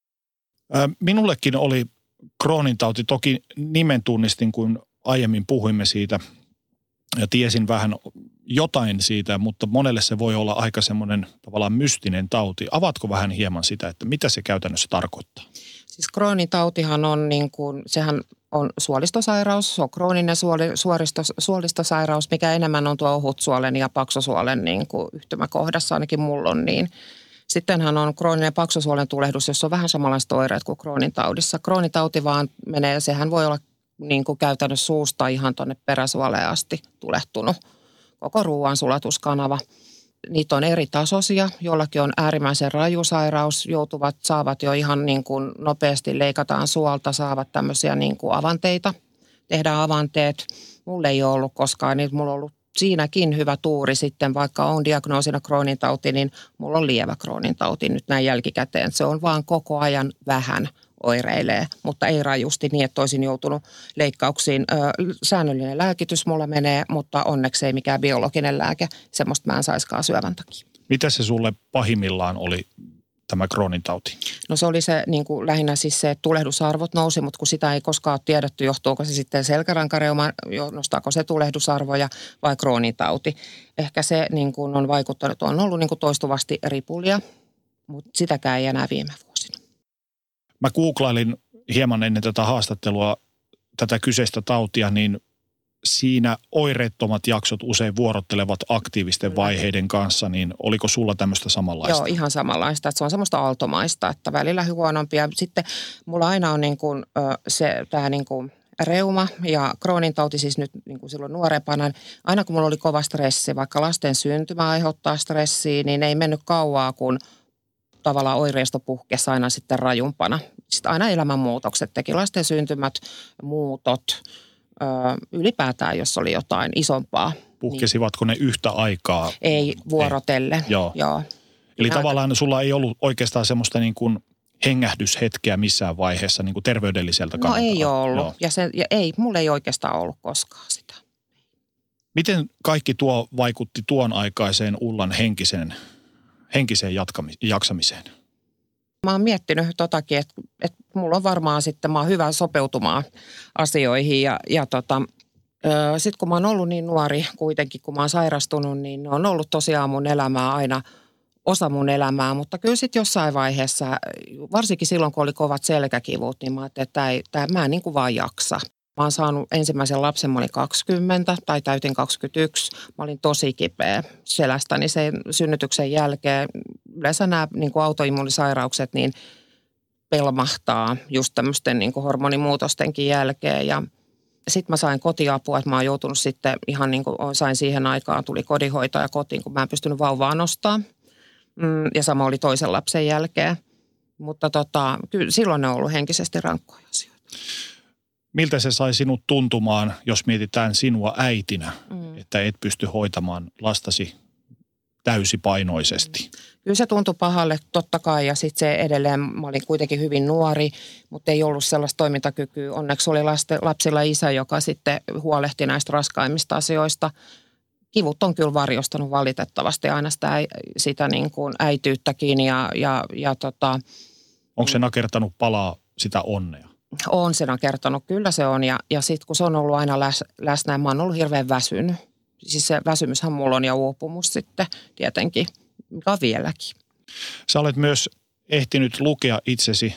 Minullekin oli Crohnin tauti, toki nimen tunnistin, kun aiemmin puhuimme siitä ja tiesin vähän jotain siitä, mutta monelle se voi olla aika semmoinen tavallaan mystinen tauti. Avaatko vähän hieman sitä, että mitä se käytännössä tarkoittaa? Siis Crohnin tautihan on niin kuin, sehän on suolistosairaus, se on krooninen suoli, suoristo, suolistosairaus, mikä enemmän on tuo ohutsuolen ja paksusuolen niin kuin yhtymäkohdassa, ainakin mulla on niin. Sittenhän on krooninen paksusuolen tulehdus, jossa on vähän samanlaiset oireet kuin Crohnin taudissa. Crohnin tauti vaan menee, sehän voi olla niin kuin käytännössä suusta ihan tuonne peräsuoleen asti tulehtunut. Koko ruoansulatuskanava. Niitä on eri tasoisia, jollakin on äärimmäisen rajusairaus, joutuvat, saavat jo ihan niin kuin nopeasti leikataan suolta, saavat tämmöisiä niin kuin avanteita, tehdään avanteet. Mulla ei ole ollut koskaan, niin mulla on ollut siinäkin hyvä tuuri sitten, vaikka on diagnoosina Crohnin tauti, niin mulla on lievä Crohnin tauti nyt näin jälkikäteen. Se on vaan koko ajan vähän oireilee, mutta ei rajusti niin, että olisin joutunut leikkauksiin. Ö, säännöllinen lääkitys mulla menee, mutta onneksi ei mikään biologinen lääke. Semmoista mä en saiskaan syövän takia. Mitä se sulle pahimmillaan oli tämä Crohnin tauti? No se oli se niin kuin lähinnä siis se, että tulehdusarvot nousi, mutta kun sitä ei koskaan ole tiedetty, johtuuko se sitten selkärankareuma, nostaako se tulehdusarvoja vai Crohnin tauti. Ehkä se niin kuin on vaikuttanut, on ollut niin kuin toistuvasti ripulia, mutta sitäkään ei enää viime vuosina. Mä googlailin hieman ennen tätä haastattelua tätä kyseistä tautia, niin siinä oireettomat jaksot usein vuorottelevat aktiivisten vaiheiden kanssa, niin oliko sulla tämmöistä samanlaista? Joo, ihan samanlaista. Että se on semmoista aaltomaista, että välillä huonompia. Sitten mulla aina on niin kuin, se, tämä niin kuin reuma ja Crohnin tauti siis nyt niin kuin silloin nuorempana. Aina kun mulla oli kova stressi, vaikka lasten syntymä aiheuttaa stressiä, niin ei mennyt kauaa, kun tavallaan oireisto puhkesi aina sitten rajumpana. Sitten aina elämänmuutokset teki lasten syntymät, muutot, ö, ylipäätään jos oli jotain isompaa. Puhkesivatko niin ne yhtä aikaa? Ei, vuorotellen. Ei. Joo. Joo. Eli Näitä. tavallaan sulla ei ollut oikeastaan semmoista niin kuin hengähdyshetkeä missään vaiheessa niin kuin terveydelliseltä kannalta? No ei ollut. Joo. Ja, se, ja ei, mulla ei oikeastaan ollut koskaan sitä. Miten kaikki tuo vaikutti tuon aikaiseen Ullan henkiseen, henkiseen jatkami, jaksamiseen? Mä oon miettinyt totakin, että, että mulla on varmaan sitten, mä oon hyvä sopeutumaan asioihin ja, ja tota, sitten kun mä oon ollut niin nuori kuitenkin, kun mä oon sairastunut, niin on ollut tosiaan mun elämää aina osa mun elämää, mutta kyllä sitten jossain vaiheessa, varsinkin silloin kun oli kovat selkäkivut, niin mä ajattelin, että tää ei, tää, mä en niin kuin vaan jaksa. Mä oon saanut ensimmäisen lapsen, mä olin kaksikymmentä tai täytin kaksikymmentäyksi. Mä olin tosi kipeä selästäni sen synnytyksen jälkeen. Yleensä nämä niin kuin autoimmuunisairaukset niin pelmahtaa just tämmöisten niin kuin hormonimuutostenkin jälkeen. Ja sitten mä sain kotiapua, että mä oon joutunut sitten ihan niin kuin sain siihen aikaan, tuli kodinhoitaja kotiin, kun mä en pystynyt vauvaa nostaa. Ja sama oli toisen lapsen jälkeen. Mutta tota, kyllä silloin ne on ollut henkisesti rankkoja asioita. Miltä se sai sinut tuntumaan, jos mietitään sinua äitinä, mm. että et pysty hoitamaan lastasi täysipainoisesti? Kyllä se tuntui pahalle totta kai ja sitten se edelleen, mä olin kuitenkin hyvin nuori, mutta ei ollut sellaista toimintakykyä. Onneksi oli lasten, lapsilla isä, joka sitten huolehti näistä raskaimmista asioista. Kivut on kyllä varjostanut valitettavasti aina sitä, sitä niin kuin äityyttäkin ja, ja, ja tota... Onko se nakertanut palaa sitä onnea? On se nakertanut, kyllä se on. Ja, ja sitten kun se on ollut aina läs, läsnä, mä oon ollut hirveän väsynyt. Siis se väsymyshän mulla on ja uupumus sitten tietenkin, mikä on vieläkin. Sä olet myös ehtinyt lukea itsesi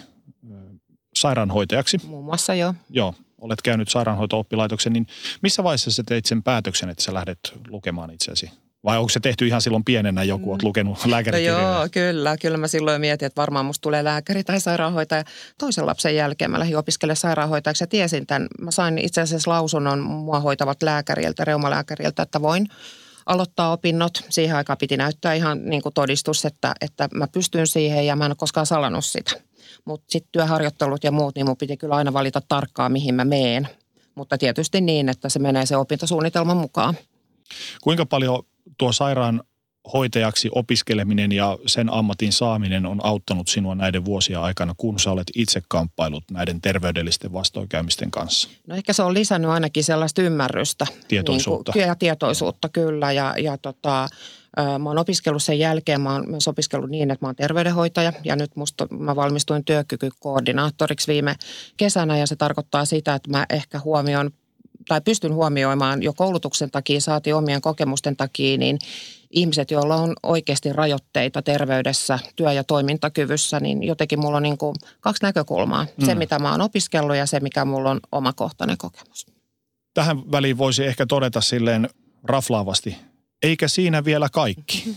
sairaanhoitajaksi. Muun muassa joo. Joo, olet käynyt sairaanhoito-oppilaitoksen, niin missä vaiheessa sä teit sen päätöksen, että sä lähdet lukemaan itsesi? Vai onko se tehty ihan silloin pienenä joku, olet lukenut lääkärikirjoja? No joo, kyllä. Kyllä mä silloin mietin, että varmaan musta tulee lääkäri tai sairaanhoitaja. Toisen lapsen jälkeen mä lähdin opiskelemaan sairaanhoitajaksi ja tiesin tämän. Mä sain itse asiassa lausunnon mua hoitavat lääkäriltä, reumalääkäriltä, että voin aloittaa opinnot. Siihen aikaan piti näyttää ihan niin kuin todistus, että, että mä pystyn siihen ja mä en ole koskaan salannut sitä. Mutta sitten työharjoittelut ja muut, niin mun piti kyllä aina valita tarkkaan, mihin mä meen. Mutta tietysti niin, että se menee se opintosuunnitelman mukaan. Kuinka paljon tuo sairaanhoitajaksi opiskeleminen ja sen ammatin saaminen on auttanut sinua näiden vuosien aikana, kun sä olet itse kamppailut näiden terveydellisten vastoinkäymisten kanssa? No ehkä se on lisännyt ainakin sellaista ymmärrystä. Tietoisuutta. Niin kuin, ja tietoisuutta kyllä. Ja, ja tota, mä oon opiskellut sen jälkeen, mä oon myös opiskellut niin, että mä oon terveydenhoitaja. Ja nyt musta, mä valmistuin työkykykoordinaattoriksi viime kesänä ja se tarkoittaa sitä, että mä ehkä huomioon tai pystyn huomioimaan jo koulutuksen takia, saati omien kokemusten takia, niin ihmiset, joilla on oikeasti rajoitteita terveydessä, työ- ja toimintakyvyssä, niin jotenkin mulla on niin kuin kaksi näkökulmaa. Mm. Se, mitä mä oon opiskellut ja se, mikä mulla on omakohtainen kokemus. Tähän väliin voisi ehkä todeta silleen raflaavasti, eikä siinä vielä kaikki.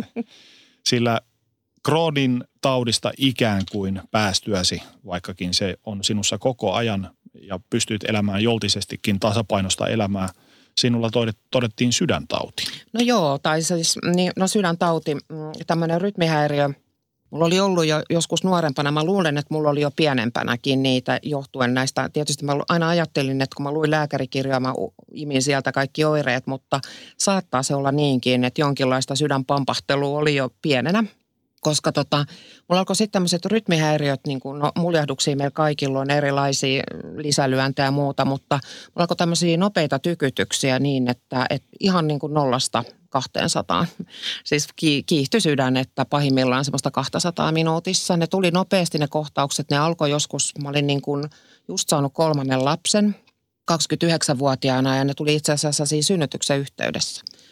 Sillä Crohnin taudista ikään kuin päästyäsi, vaikkakin se on sinussa koko ajan ja pystyt elämään joltisestikin tasapainosta elämää, sinulla todettiin sydäntauti. No joo, tai siis niin, no sydäntauti, tämmöinen rytmihäiriö. Mulla oli ollut jo joskus nuorempana, mä luulen, että mulla oli jo pienempänäkin niitä johtuen näistä. Tietysti mä aina ajattelin, että kun mä luin lääkärikirjaa, mä imin sieltä kaikki oireet, mutta saattaa se olla niinkin, että jonkinlaista sydänpampahtelua oli jo pienenä. Koska tota, mulla alkoi sitten tämmöiset rytmihäiriöt, niin kuin no, muljahduksia meillä kaikilla on erilaisia lisälyöntä ja muuta, mutta mulla alkoi tämmöisiä nopeita tykytyksiä niin, että, että ihan niin kuin nollasta kahteensataan. Siis kiihtyi sydän, että pahimmillaan semmoista kaksisataa minuutissa. Ne tuli nopeasti ne kohtaukset, ne alkoi joskus, mä olin niin kuin just saanut kolmannen lapsen kaksikymmentäyhdeksänvuotiaana ja ne tuli itse asiassa siinä synnytyksen yhteydessä.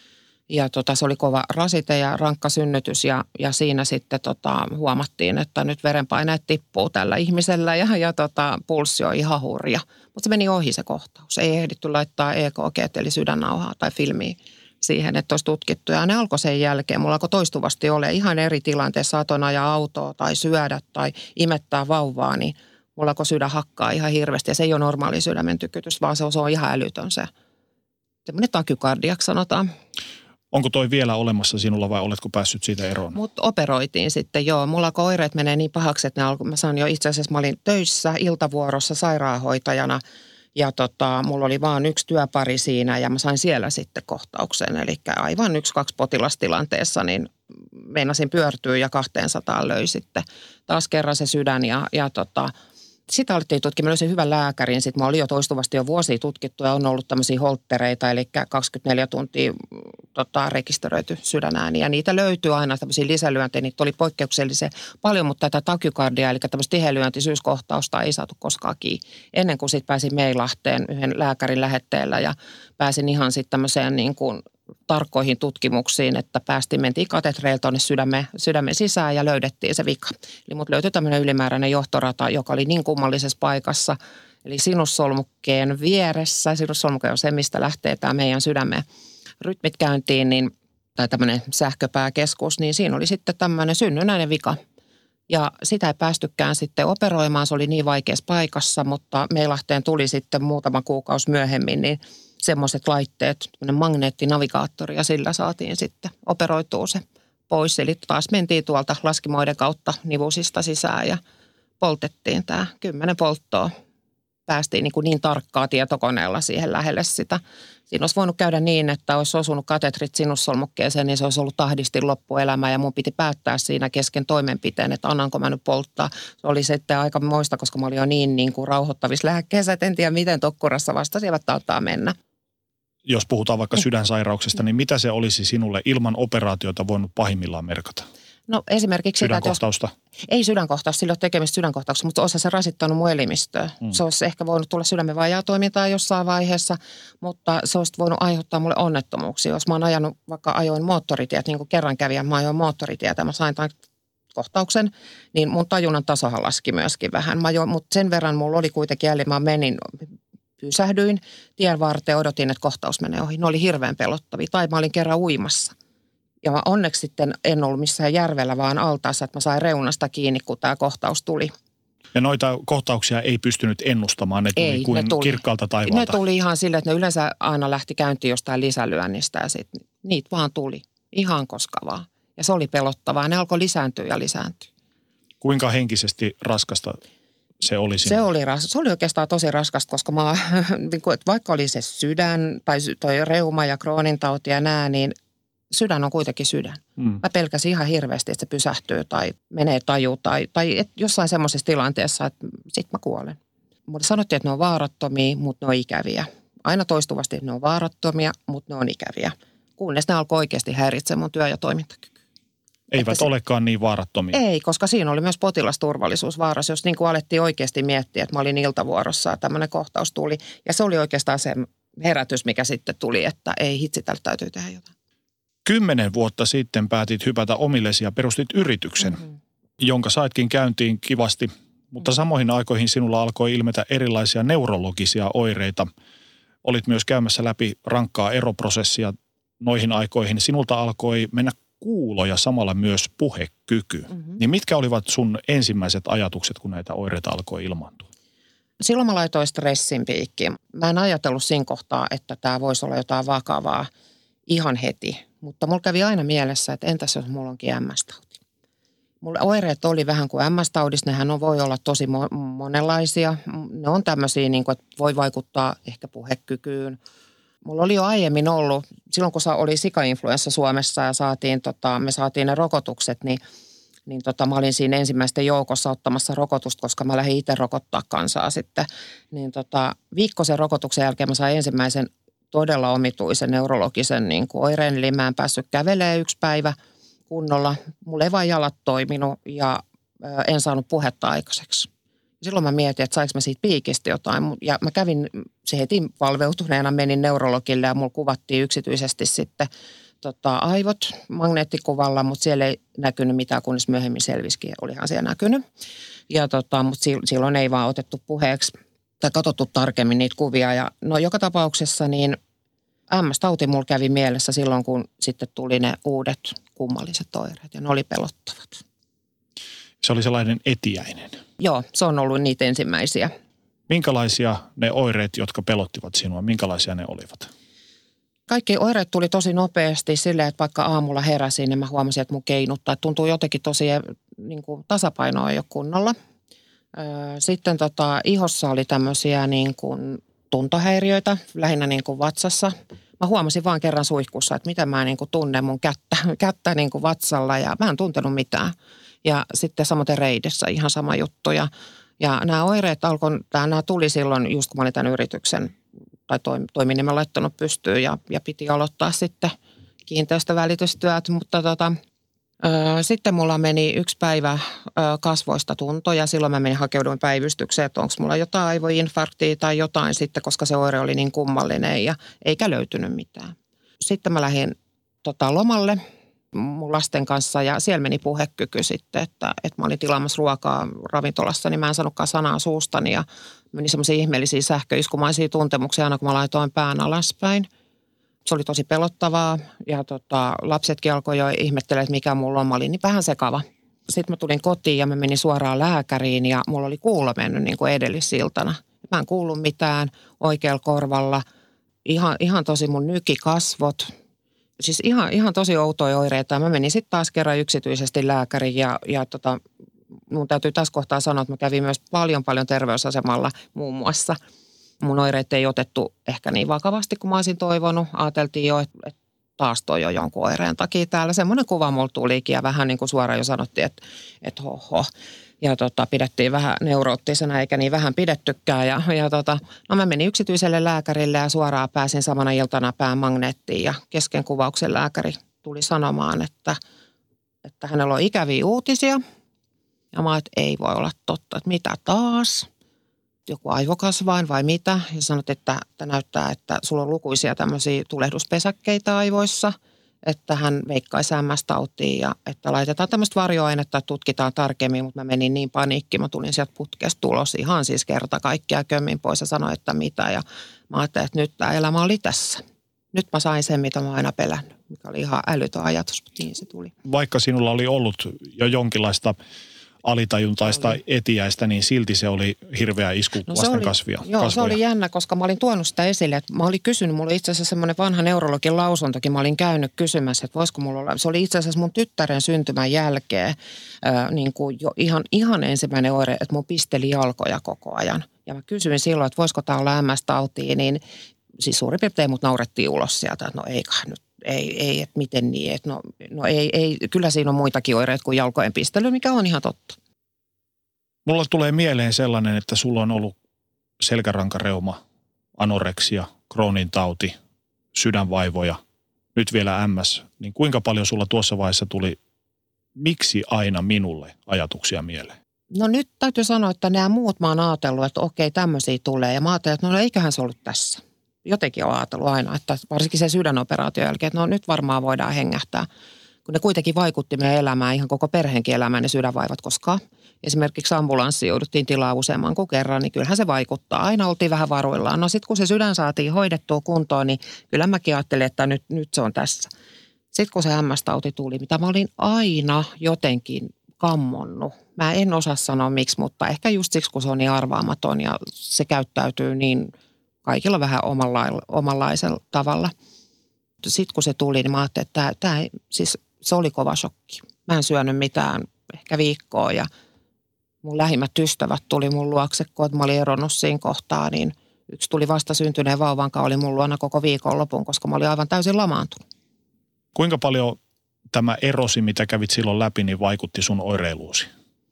Ja tota, se oli kova rasite ja rankka synnytys ja, ja siinä sitten tota, huomattiin, että nyt verenpaineet tippuu tällä ihmisellä ja, ja tota, pulssi on ihan hurja. Mutta se meni ohi se kohtaus. Ei ehditty laittaa E K G eli sydännauhaa tai filmiä siihen, että olisi tutkittu. Ja ne alkoi sen jälkeen. Mulla alkoi toistuvasti olla ihan eri tilanteessa. Saatoin ajaa autoa tai syödä tai imettää vauvaa, niin mulla alkoi sydän hakkaa ihan hirveästi. Ja se ei ole normaali sydämen tykytys, vaan se on, se on ihan älytön se. Semmoinen takykardiaksi sanotaan. Onko toi vielä olemassa sinulla vai oletko päässyt siitä eroon? Mut operoitiin sitten, joo. Mulla alkoi oireet menee niin pahaksi, että ne alkoi, mä sain jo itse asiassa, mä olin töissä iltavuorossa sairaanhoitajana ja tota, mulla oli vaan yksi työpari siinä ja mä sain siellä sitten kohtauksen. Eli aivan yksi, kaksi potilastilanteessa, niin meinasin pyörtyä ja kaksisataa löi sitten taas kerran se sydän ja, ja tota, sitä alettiin tutkia. Mä löysin hyvän lääkärin. Sitten mä olin jo toistuvasti jo vuosia tutkittu ja on ollut tämmöisiä holttereita, eli kaksikymmentäneljä tuntia tota, rekisteröity sydänääniä. Niitä löytyy aina tämmöisiä lisälyöntejä. Niitä oli poikkeuksellisen paljon, mutta tätä takykardia, eli tämmöistä tihelyöntisyyskohtausta ei saatu koskaan kiinni. Ennen kuin sitten pääsin Meilahteen yhden lääkärin lähetteellä ja pääsin ihan sitten tämmöiseen niin kuin tarkkoihin tutkimuksiin, että päästiin, mentiin katetreilla tuonne sydämen, sydämen sisään ja löydettiin se vika. Eli mut löytyi tämmöinen ylimääräinen johtorata, joka oli niin kummallisessa paikassa, eli sinussolmukkeen vieressä. Sinussolmuke on se, mistä lähtee tämä meidän sydämen rytmit käyntiin, niin, tai tämmöinen sähköpääkeskus, niin siinä oli sitten tämmöinen synnynnäinen vika. Ja sitä ei päästykään sitten operoimaan, se oli niin vaikeassa paikassa, mutta Meilahteen tuli sitten muutama kuukausi myöhemmin, niin semmoiset laitteet, magneettinavigaattori ja sillä saatiin sitten operoitua se pois. Eli taas mentiin tuolta laskimoiden kautta nivusista sisään ja poltettiin tämä kymmenen polttoa. Päästiin niin, kuin niin tarkkaa tietokoneella siihen lähelle sitä. Siinä olisi voinut käydä niin, että olisi osunut katetrit sinussolmukkeeseen, niin se olisi ollut tahdistin loppuelämä ja mun piti päättää siinä kesken toimenpiteen, että annanko mä nyt polttaa. Se oli sitten aika moista, koska mä olin jo niin, niin kuin rauhoittavissa lääkkeissä, et en tiedä miten tokkurassa vastasivat taitaa mennä. Jos puhutaan vaikka sydänsairauksista, niin mitä se olisi sinulle ilman operaatiota voinut pahimmillaan merkata? No esimerkiksi sydänkohtausta? Sitä, jos, ei sydänkohtaus, sillä ei ole tekemistä sydänkohtauksessa, mutta olisi se rasittanut mun elimistöä. Mm. Se olisi ehkä voinut tulla sydämen vajaatoimintaa jossain vaiheessa, mutta se olisi voinut aiheuttaa mulle onnettomuuksia. Jos mä oon ajanut, vaikka ajoin moottoritiet, niin kuin kerran kävijän, mä ajoin moottoritietä, mä sain tämän kohtauksen, niin mun tajunnan tasohan laski myöskin vähän. Mä ajoin, mutta sen verran mulla oli kuitenkin jälleen, mä menin, pysähdyin tien varteen, odotin, että kohtaus menee ohi. Ne oli hirveän pelottavia. Tai mä olin kerran uimassa. Ja mä onneksi sitten en ollut missään järvellä, vaan altaassa, että mä sain reunasta kiinni, kun tämä kohtaus tuli. Ja noita kohtauksia ei pystynyt ennustamaan, ne tuli ei, kuin ne tuli. Kirkkaalta taivaalta. Ne tuli ihan sille, että ne yleensä aina lähti käyntiin jostain lisälyönnistä ja sitten niitä vaan tuli ihan koska vaan. Ja se oli pelottavaa. Ne alkoi lisääntyä ja lisääntyä. Kuinka henkisesti raskasta se oli sinulle? Se oli, se oli oikeastaan tosi raskasta, koska mä, vaikka oli se sydän tai toi reuma ja Crohnin tauti ja nää, niin sydän on kuitenkin sydän. Mm. Mä pelkäsin ihan hirveästi, että se pysähtyy tai menee taju tai, tai et jossain semmoisessa tilanteessa, että sit mä kuolen. Mulle sanottiin, että ne on vaarattomia, mutta ne on ikäviä. Aina toistuvasti, että ne on vaarattomia, mutta ne on ikäviä. Kunnes ne alkoi oikeasti häiritsemään mun työ- ja toimintakyky. Eivät se, olekaan niin vaarattomia. Ei, koska siinä oli myös potilasturvallisuus vaarassa, jos niin kuin alettiin oikeasti miettiä, että mä olin iltavuorossa ja tämmöinen kohtaus tuli. Ja se oli oikeastaan se herätys, mikä sitten tuli, että ei hitsi, tältä täytyy tehdä jotain. Kymmenen vuotta sitten päätit hypätä omillesi ja perustit yrityksen, mm-hmm. jonka saitkin käyntiin kivasti, mutta mm-hmm. samoihin aikoihin sinulla alkoi ilmetä erilaisia neurologisia oireita. Olit myös käymässä läpi rankkaa eroprosessia noihin aikoihin. Sinulta alkoi mennä kuulo ja samalla myös puhekyky. Mm-hmm. Niin mitkä olivat sun ensimmäiset ajatukset, kun näitä oireita alkoi ilmaantua? Silloin mä laitoin stressin piikkiin. Mä en ajatellut siinä kohtaa, että tämä voisi olla jotain vakavaa ihan heti. Mutta mulla kävi aina mielessä, että entäs jos mulla onkin M S-tauti. Mulla oireet oli vähän kuin M S-taudissa. Nehän on, voi olla tosi mo- monenlaisia. Ne on tämmöisiä, niin kuin, että voi vaikuttaa ehkä puhekykyyn. Mulla oli jo aiemmin ollut, silloin kun oli sikainfluenssa Suomessa ja saatiin, tota, me saatiin ne rokotukset, niin, niin tota, mä olin siinä ensimmäisten joukossa ottamassa rokotusta, koska mä lähdin itse rokottaa kansaa sitten. Niin tota, viikkoisen rokotuksen jälkeen mä sain ensimmäisen todella omituisen neurologisen niin kuin oireen, eli mä en päässyt kävelemään yksi päivä kunnolla. Mulla ei vaan jalat toiminut ja ää, en saanut puhetta aikaiseksi. Silloin mä mietin, että sainko mä siitä piikistä jotain. Ja mä kävin se heti valveutuneena, menin neurologille ja mulla kuvattiin yksityisesti sitten tota, aivot magneettikuvalla, mutta siellä ei näkynyt mitään, kunnes myöhemmin selvisikin, olihan siellä näkynyt. Ja tota, mutta silloin ei vaan otettu puheeksi tai katsottu tarkemmin niitä kuvia. Ja no joka tapauksessa niin M S-tauti mulla kävi mielessä silloin, kun sitten tuli ne uudet kummalliset oireet ja ne oli pelottavat. Se oli sellainen etiäinen. Joo, se on ollut niitä ensimmäisiä. Minkälaisia ne oireet, jotka pelottivat sinua, minkälaisia ne olivat? Kaikki oireet tuli tosi nopeasti silleen, että vaikka aamulla heräsin, niin mä huomasin, että mun keinuttaa. Tuntuu jotenkin tosi niin kuin tasapainoa ei ole kunnolla. Sitten tota, ihossa oli tämmöisiä niin kuin tuntohäiriöitä, lähinnä niin kuin vatsassa. Mä huomasin vaan kerran suihkussa, että miten mä niin kuin tunnen mun kättä, kättä niin kuin vatsalla ja mä en tuntenut mitään. Ja sitten samoin reidessä ihan sama juttu. Ja, ja nämä oireet alkoi, nämä tuli silloin just kun mä olin tämän yrityksen tai toiminimen laittanut pystyyn ja, ja piti aloittaa sitten kiinteistövälitystyöt, mutta tota, ö, sitten mulla meni yksi päivä ö, kasvoista tunto ja silloin mä menin hakeuduin päivystykseen, että onko mulla jotain aivoinfarktia tai jotain sitten, koska se oire oli niin kummallinen ja eikä löytynyt mitään. Sitten mä lähdin tota, lomalle mun lasten kanssa ja siellä meni puhekyky sitten, että, että mä olin tilaamassa ruokaa ravintolassa, niin mä en sanonutkaan sanaa suustani ja meni semmoisia ihmeellisiä sähköiskumaisia tuntemuksia aina kun mä laitoin pään alaspäin. Se oli tosi pelottavaa ja tota, lapsetkin alkoi jo ihmettelemään, että mikä mulla on. Mä olin niin vähän sekava. Sitten mä tulin kotiin ja mä menin suoraan lääkäriin ja mulla oli kuulo mennyt niin kuin edellisiltana. Mä en kuullut mitään oikealla korvalla. Ihan, ihan tosi mun nykikasvot. Siis ihan, ihan tosi outoja oireita. Mä menin sitten taas kerran yksityisesti lääkäriin ja, ja tota, mun täytyy tässä kohtaa sanoa, että mä kävin myös paljon paljon terveysasemalla muun muassa. Mun oireet ei otettu ehkä niin vakavasti kuin mä olisin toivonut. Ajateltiin jo, että, että taas toi jo jonkun oireen takia täällä. Semmoinen kuva mulla tulikin ja vähän niin kuin suoraan jo sanottiin, että, että hoho. Ja tota, pidettiin vähän neuroottisena eikä niin vähän pidettykään. Ja, ja tota, no mä menin yksityiselle lääkärille ja suoraan pääsin samana iltana pään magneettiin. Ja kesken kuvauksen lääkäri tuli sanomaan, että, että hänellä on ikäviä uutisia. Ja mä että ei voi olla totta, että mitä taas? Joku aivokasvain vai mitä? Ja sanot, että, että näyttää, että sulla on lukuisia tämmöisiä tulehduspesäkkeitä aivoissa. Että hän veikkaisi M S-tautiin ja että laitetaan tämmöistä varjoainetta, että tutkitaan tarkemmin, mutta mä menin niin paniikki, mä tulin sieltä putkesta ulos ihan siis kerta kaikkia kömmin pois ja sanoin, että mitä ja mä ajattelin, että nyt tämä elämä oli tässä. Nyt mä sain sen, mitä mä oon aina pelännyt, mikä oli ihan älytön ajatus, mutta niin se tuli. Vaikka sinulla oli ollut jo jonkinlaista alitajuntaista etiäistä, niin silti se oli hirveä isku no vasten oli, kasvia. Joo, kasvoja. Se oli jännä, koska mä olin tuonut sitä esille. Että mä olin kysynyt, mulla oli itse asiassa semmoinen vanha neurologin lausuntokin, mä olin käynyt kysymässä, että voisiko mulla olla. Se oli itse asiassa mun tyttären syntymän jälkeen äh, niin kuin jo ihan, ihan ensimmäinen oire, että mun pisteli jalkoja koko ajan. Ja mä kysyin silloin, että voisiko tää olla M S-tautia, niin siis suurin piirtein mut naurettiin ulos sieltä, että no eiköhän nyt. Ei, ei, että miten niin, että no, no ei, ei, kyllä siinä on muitakin oireita kuin jalkojen pistely, mikä on ihan totta. Mulla tulee mieleen sellainen, että sulla on ollut selkärankareuma, anoreksia, Crohnin tauti, sydänvaivoja, nyt vielä M S. Niin kuinka paljon sulla tuossa vaiheessa tuli, miksi aina minulle ajatuksia mieleen? No nyt täytyy sanoa, että nämä muut mä oon ajatellut, että okei tämmöisiä tulee ja mä ajattelin, että no eiköhän se ollut tässä. Jotenkin on ajatellut aina, että varsinkin sen sydänoperaation jälkeen, että no nyt varmaan voidaan hengähtää. Kun ne kuitenkin vaikutti meidän elämään, ihan koko perheenkin elämään ne sydänvaivat koskaan. Esimerkiksi ambulanssi jouduttiin tilaa useamman kuin kerran, niin kyllähän se vaikuttaa. Aina oltiin vähän varuillaan. No sitten kun se sydän saatiin hoidettua kuntoon, niin kyllä mäkin ajattelin, että nyt, nyt se on tässä. Sitten kun se M S-tauti tuli, mitä mä olin aina jotenkin kammonnut. Mä en osaa sanoa miksi, mutta ehkä just siksi, kun se on niin arvaamaton ja se käyttäytyy niin kaikilla vähän omanlaisella tavalla. Sitten kun se tuli, niin mä ajattelin, että tämä, tämä, siis se oli kova shokki. Mä en syönyt mitään ehkä viikkoa ja mun lähimmät ystävät tuli mun luokse, kun mä olin eronnut siinä kohtaa, niin yksi tuli vasta syntyneen vauvan kanssa, oli mun luona koko viikonlopun, koska mä olin aivan täysin lamaantunut. Kuinka paljon tämä erosi, mitä kävit silloin läpi, niin vaikutti sun oireiluusi?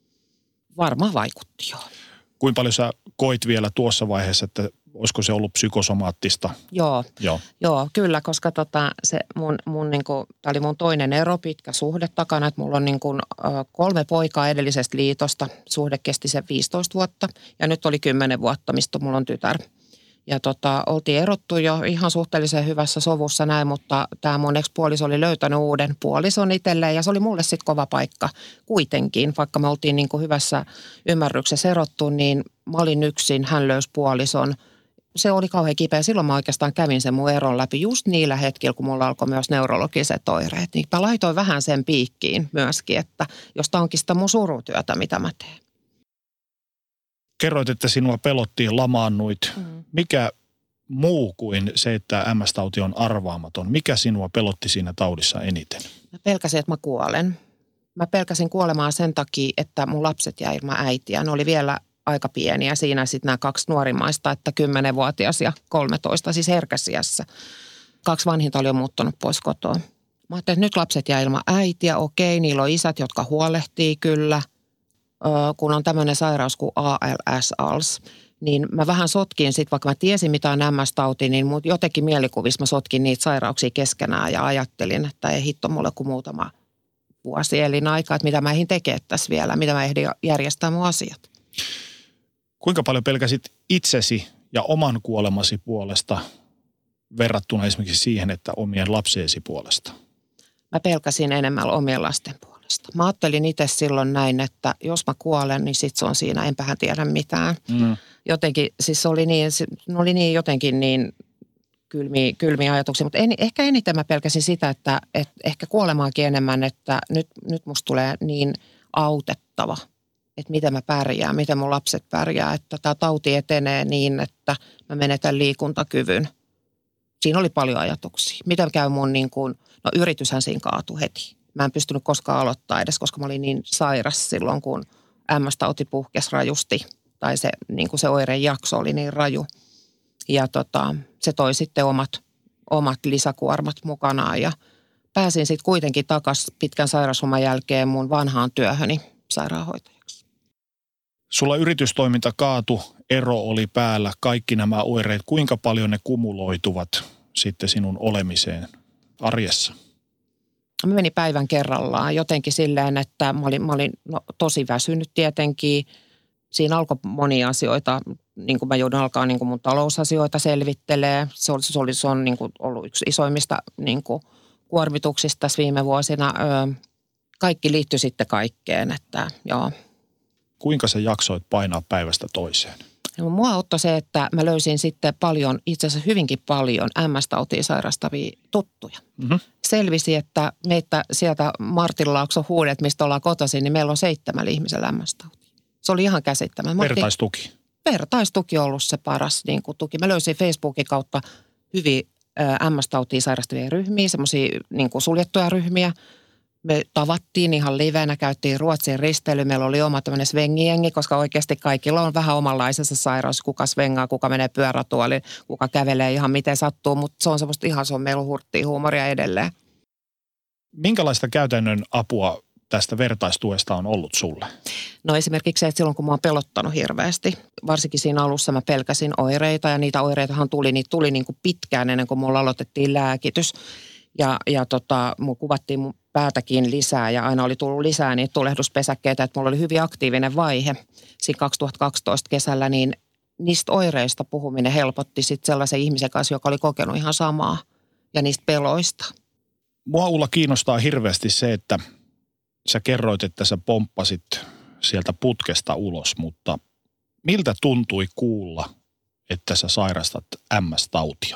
Varmaan vaikutti, joo. Kuinka paljon sä koit vielä tuossa vaiheessa, että olisiko se ollut psykosomaattista? Joo, joo. joo kyllä, koska tota, se mun, mun niinku, tää oli mun toinen ero, pitkä suhde takana, että mulla on niinku, kolme poikaa edellisestä liitosta, suhde kesti se viisitoista vuotta ja nyt oli kymmenen vuotta, mistä mulla on tytär. Ja tota, oltiin erottu jo ihan suhteellisen hyvässä sovussa näin, mutta tämä mun ex-puoliso oli löytänyt uuden puolison itselleen ja se oli mulle sitten kova paikka kuitenkin. Vaikka me oltiin niin kuin hyvässä ymmärryksessä erottu, niin mä olin yksin, hän löysi puolison. Se oli kauhean kipeä. Silloin mä oikeastaan kävin sen mun eron läpi just niillä hetkillä, kun mulla alkoi myös neurologiset oireet. Niin mä laitoin vähän sen piikkiin myöskin, että jos tämä onkin sitä mun surutyötä, mitä mä teen. Kerroit, että sinua pelottiin, lamaannuit. Mm. Mikä muu kuin se, että M S-tauti on arvaamaton? Mikä sinua pelotti siinä taudissa eniten? Mä pelkäsin, että mä kuolen. Mä pelkäsin kuolemaa sen takia, että mun lapset jäi ilman äitiä. Ne oli vielä aika pieniä. Siinä sitten nämä kaksi nuorimmaista, että kymmenvuotias ja kolmetoista, siis herkäsiässä. Kaksi vanhinta oli jo muuttunut pois kotoa. Mä ajattelin, että nyt lapset jää ilman äitiä. Okei, niillä on isät, jotka huolehtii kyllä. Kun on tämmöinen sairaus kuin A L S, A L S, niin mä vähän sotkin sitten, vaikka mä tiesin mitä on M S-tauti, niin mut jotenkin mielikuvissa mä sotkin niitä sairauksia keskenään ja ajattelin, että ei hitto mulle kuin muutama vuosi elinaika, että mitä mä ehdin tekemään tässä vielä, mitä mä ehdin järjestää mun asiat. Kuinka paljon pelkäsit itsesi ja oman kuolemasi puolesta verrattuna esimerkiksi siihen, että omien lapsiesi puolesta? Mä pelkäsin enemmän omien lasten puolesta. Mä ajattelin itse silloin näin, että jos mä kuolen, niin sit se on siinä, enpähän tiedä mitään. Mm. Jotenkin, siis se oli niin, se oli niin jotenkin niin kylmiä, kylmiä ajatuksia, mutta en, ehkä eniten mä pelkäsin sitä, että, että ehkä kuolemaakin enemmän, että nyt, nyt musta tulee niin autettava, että miten mä pärjään, miten mun lapset pärjää, että tämä tauti etenee niin, että mä menetän liikuntakyvyn. Siinä oli paljon ajatuksia. Miten käy mun niin kuin, no yrityshän siinä kaatui heti. Mä en pystynyt koskaan aloittaa edes, koska mä olin niin sairas silloin, kun M S-tauti puhkesi rajusti. Tai se, niin kuin se oireen jakso oli niin raju. Ja tota, se toi sitten omat, omat lisäkuormat mukanaan. Ja pääsin sitten kuitenkin takaisin pitkän sairausloman jälkeen mun vanhaan työhöni sairaanhoitajaksi. Sulla yritystoiminta kaatu, ero oli päällä, kaikki nämä oireet. Kuinka paljon ne kumuloituvat sitten sinun olemiseen arjessa? Mä menin päivän kerrallaan jotenkin silleen, että mä olin, mä olin no, tosi väsynyt tietenkin. Siinä alkoi monia asioita, niin kuin mä joudun alkaa niin kuin mun talousasioita selvittelee. Se, oli, se, oli, se on niin kuin ollut yksi isoimmista niin kuin kuormituksista tässä viime vuosina. Öö, kaikki liittyi sitten kaikkeen, että joo. Kuinka sä jaksoit painaa päivästä toiseen? No, mua auttoi se, että mä löysin sitten paljon, itse asiassa hyvinkin paljon M S-tautia sairastavia tuttuja. Mm-hmm. Selvisi, että meitä sieltä Martinlaakson huudet, mistä ollaan kotoisin, niin meillä on seitsemän ihmisellä M S-tautia. Se oli ihan käsittämätöntä. Vertaistuki. Vertaistuki on ollut se paras niin kuin, tuki. Mä löysin Facebookin kautta hyvin ä, M S-tautia sairastavia ryhmiä, semmoisia niin kuin suljettuja ryhmiä. Me tavattiin ihan livenä, käytiin Ruotsin risteily. Meillä oli oma tämmöinen svengijengi, koska oikeasti kaikilla on vähän omanlaisensa sairaus. Kuka svengaa, kuka menee pyörätuoliin, kuka kävelee ihan miten sattuu. Mutta se on semmoista ihan, se on meillä hurttia huumoria edelleen. Minkälaista käytännön apua tästä vertaistuesta on ollut sulle? No esimerkiksi se, että silloin kun mä oon pelottanut hirveästi, varsinkin siinä alussa mä pelkäsin oireita ja niitä oireitahan tuli, niitä tuli niin kuin pitkään ennen kuin mulla aloitettiin lääkitys. Ja, ja tota, mulla kuvattiin mun päätäkin lisää ja aina oli tullut lisää niitä tulehduspesäkkeitä, että mulla oli hyvin aktiivinen vaihe siinä kaksituhattakaksitoista kesällä, niin niistä oireista puhuminen helpotti sitten sellaisen ihmisen kanssa, joka oli kokenut ihan samaa ja niistä peloista. Mua Ulla kiinnostaa hirveästi se, että sä kerroit, että sä pomppasit sieltä putkesta ulos, mutta miltä tuntui kuulla, että sä sairastat M S-tautia?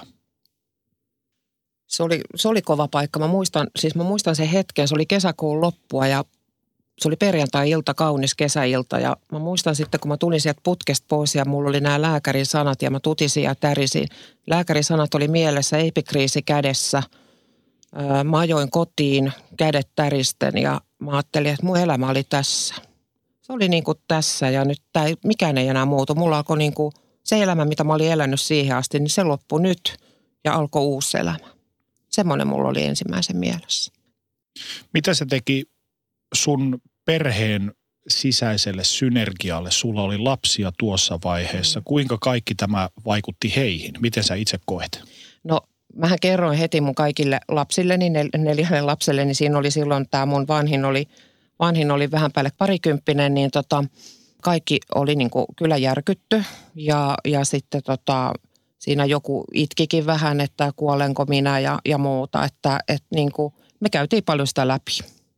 Se oli, se oli kova paikka. Mä muistan, siis mä muistan sen hetken, se oli kesäkuun loppua ja se oli perjantai-ilta, kaunis kesäilta ja mä muistan sitten, kun mä tulin sieltä putkesta pois ja mulla oli nämä lääkärin sanat ja mä tutisin ja tärisin. Lääkärin sanat oli mielessä, epikriisi kädessä. Mä ajoin kotiin kädet täristen ja mä ajattelin, että mun elämä oli tässä. Se oli niin kuin tässä ja nyt tää, mikään ei enää muutu. Mulla alkoi niin kuin se elämä, mitä mä olin elänyt siihen asti, niin se loppui nyt ja alkoi uusi elämä. Semmoinen mulla oli ensimmäisen mielessä. Mitä se teki sun perheen sisäiselle synergialle? Sulla oli lapsia tuossa vaiheessa. Kuinka kaikki tämä vaikutti heihin? Miten sä itse koet? No mähän kerroin heti mun kaikille lapsilleni, nel, neljälle lapselle, niin siinä oli silloin tämä mun vanhin oli, vanhin oli vähän päälle parikymppinen, niin tota, kaikki oli niin kuin kyllä järkytty ja, ja sitten tota, siinä joku itkikin vähän, että kuolenko minä ja, ja muuta. Että et niin kuin, me käytiin paljon sitä läpi.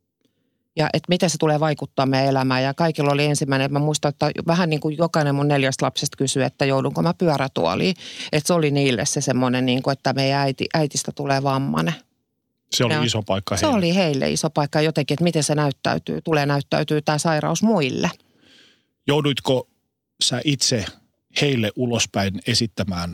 Ja että miten se tulee vaikuttaa meidän elämään. Ja kaikilla oli ensimmäinen, mä muistan, että vähän niin kuin jokainen mun neljästä lapsesta kysyi, että joudunko mä pyörätuoliin. Että se oli niille se semmoinen, niin kuin, että meidän äiti, äitistä tulee vammainen. Se oli ja iso paikka heille. Se oli heille iso paikka jotenkin, että miten se näyttäytyy, tulee näyttäytyy tämä sairaus muille. Jouduitko sä itse heille ulospäin esittämään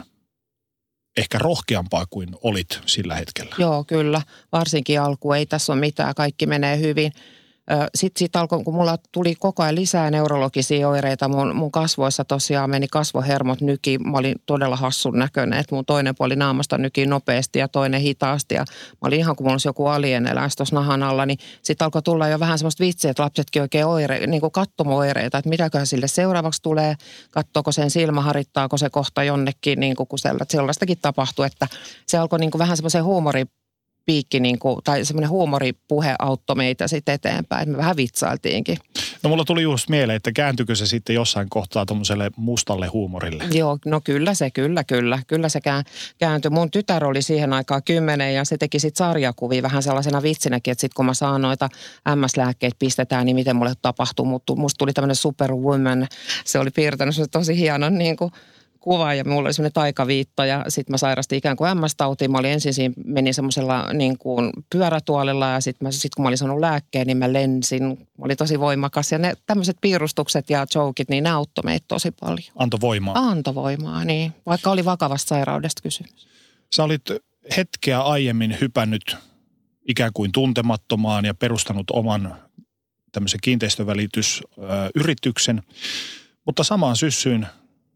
ehkä rohkeampaa kuin olit sillä hetkellä? Joo, kyllä. Varsinkin alku. Ei tässä ole mitään. Kaikki menee hyvin. Sitten sit alkoi, kun mulla tuli koko ajan lisää neurologisia oireita, mun, mun kasvoissa tosiaan meni kasvohermot nyki. Mä olin todella hassun näköinen, että mun toinen puoli naamasta nyki nopeasti ja toinen hitaasti. Ja mä olin ihan kuin mulla olisi joku alieneläis tuossa nahan alla, niin sitten alkoi tulla jo vähän semmoista vitsiä, että lapsetkin oikein oire, niin kuin kattomo-oireita, että mitäköhän sille seuraavaksi tulee, katsoako sen silmä, harittaako se kohta jonnekin, niin kuin kun sellaistakin tapahtui, että se alkoi niin kuin vähän semmoisen huumorin piikki, niin kuin, tai semmoinen huumoripuhe auttoi meitä sitten eteenpäin, että me vähän vitsailtiinkin. No mulla tuli just mieleen, että kääntyykö se sitten jossain kohtaa tommoselle mustalle huumorille? Joo, no kyllä se, kyllä, kyllä. Kyllä se kääntyi. Mun tytär oli siihen aikaan kymmenen ja se teki sitten sarjakuvia vähän sellaisena vitsinäkin, että sitten kun mä saan noita M S-lääkkeitä pistetään, niin miten mulle tapahtuu. Musta tuli tämmöinen superwoman. Se oli piirtänyt se tosi hienon niin kuin kuva ja mulla oli semmoinen taikaviitta ja sitten mä sairastin ikään kuin M S-tautiin. Mä olin ensin siinä, menin semmoisella niin kuin pyörätuolilla ja sitten sit kun mä olin saanut lääkkeen, niin mä lensin. Mä olin tosi voimakas ja ne tämmöiset piirustukset ja jokit, niin ne auttoi meitä tosi paljon. Anto voimaa. Anto voimaa, niin. Vaikka oli vakavasta sairaudesta kysymys. Sä olit hetkeä aiemmin hypännyt ikään kuin tuntemattomaan ja perustanut oman tämmöisen kiinteistövälitysyrityksen, mutta samaan syssyyn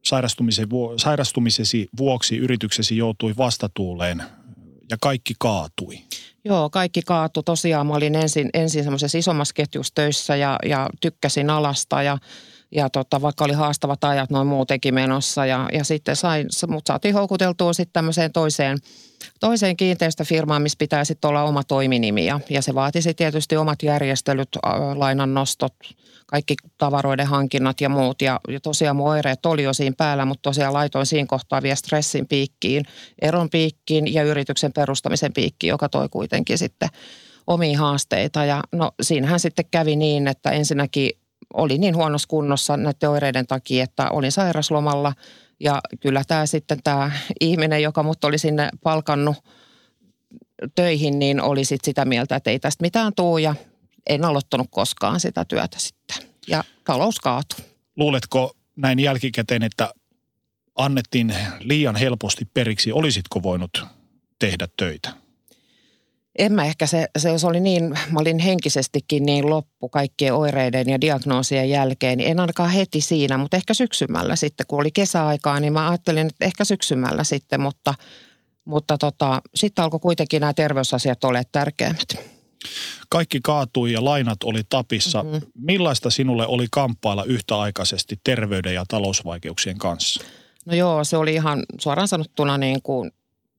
sairastumisesi vuoksi yrityksesi joutui vastatuuleen ja kaikki kaatui. Joo, kaikki kaatui. Tosiaan mä olin ensin, ensin semmoisessa isommassa ketjussa töissä ja, ja tykkäsin alasta ja, ja tota, vaikka oli haastavat ajat noin muutenkin menossa ja, ja sitten sain, mut saatiin houkuteltua sitten tämmöiseen toiseen, toiseen kiinteistöfirmaan, missä pitää sitten olla oma toiminimi ja, ja se vaatisi tietysti omat järjestelyt, lainannostot, kaikki tavaroiden hankinnat ja muut. Ja, ja tosiaan mun oireet oli jo siinä päällä, mutta tosiaan laitoin siinä kohtaa vielä stressin piikkiin, eron piikkiin ja yrityksen perustamisen piikkiin, joka toi kuitenkin sitten omia haasteita. Ja no siinähän sitten kävi niin, että ensinnäkin oli niin huonossa kunnossa näiden oireiden takia, että olin sairaslomalla. Ja kyllä tämä sitten tämä ihminen, joka mut oli sinne palkannut töihin, niin oli sitten sitä mieltä, että ei tästä mitään tule ja en aloittanut koskaan sitä työtä sitten. Ja talous kaatui. Luuletko näin jälkikäteen, että annettiin liian helposti periksi? Olisitko voinut tehdä töitä? En mä ehkä, se, se oli niin, mä olin henkisestikin niin loppu kaikkien oireiden ja diagnoosien jälkeen, niin en ainakaan heti siinä, mutta ehkä syksymällä sitten, kun oli kesäaikaa, niin mä ajattelin, että ehkä syksymällä sitten, mutta, mutta tota, sitten alkoi kuitenkin nämä terveysasiat olemaan tärkeimmät. Kaikki kaatui ja lainat oli tapissa. Mm-hmm. Millaista sinulle oli kamppailla yhtäaikaisesti terveyden ja talousvaikeuksien kanssa? No joo, se oli ihan suoraan sanottuna niin kuin,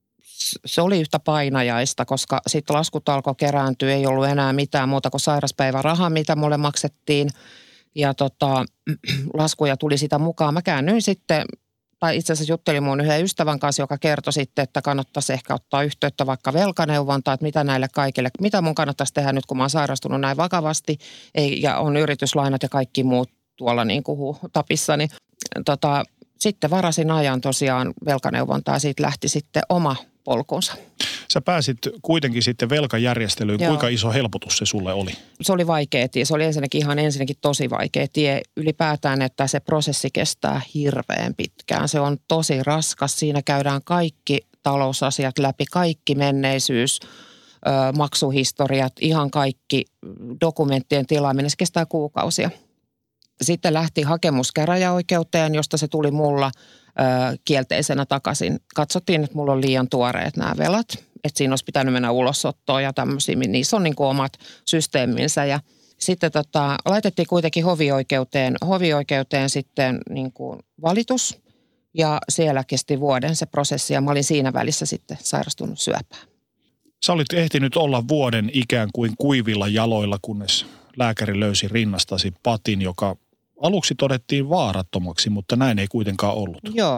se oli yhtä painajaista, koska sitten laskut alkoi kerääntyä, ei ollut enää mitään muuta kuin sairaspäivärahaa, mitä mulle maksettiin. Ja tota, laskuja tuli sitä mukaan. Mä käännyin sitten, tai itse asiassa juttelin mun yhden ystävän kanssa, joka kertoi sitten, että kannattaisi ehkä ottaa yhteyttä vaikka velkaneuvontaan, että mitä näille kaikille, mitä mun kannattaisi tehdä nyt, kun mä oon sairastunut näin vakavasti ei, ja on yrityslainat ja kaikki muut tuolla niin kuin tapissa, niin tota, sitten varasin ajan tosiaan velkaneuvontaa ja siitä lähti sitten oma polkunsa. Sä pääsit kuitenkin sitten velkajärjestelyyn. Joo. Kuinka iso helpotus se sulle oli? Se oli vaikea tie. Se oli ensinnäkin ihan ensinnäkin tosi vaikea tie. Ylipäätään, että se prosessi kestää hirveän pitkään. Se on tosi raskas. Siinä käydään kaikki talousasiat läpi, kaikki menneisyys, maksuhistoriat, ihan kaikki dokumenttien tilaaminen. Se kestää kuukausia. Sitten lähti hakemus käräjäoikeuteen, josta se tuli mulla kielteisenä takaisin. Katsottiin, että mulla on liian tuoreet nämä velat, että siinä olisi pitänyt mennä ulosottoon ja tämmöisiä. Niissä on niin kuin omat systeeminsä ja sitten tota, laitettiin kuitenkin hovioikeuteen, hovioikeuteen sitten niin kuin valitus ja siellä kesti vuoden se prosessi ja mä olin siinä välissä sitten sairastunut syöpään. Sä olit ehtinyt olla vuoden ikään kuin kuivilla jaloilla, kunnes lääkäri löysi rinnastasi patin, joka aluksi todettiin vaarattomaksi, mutta näin ei kuitenkaan ollut. Joo.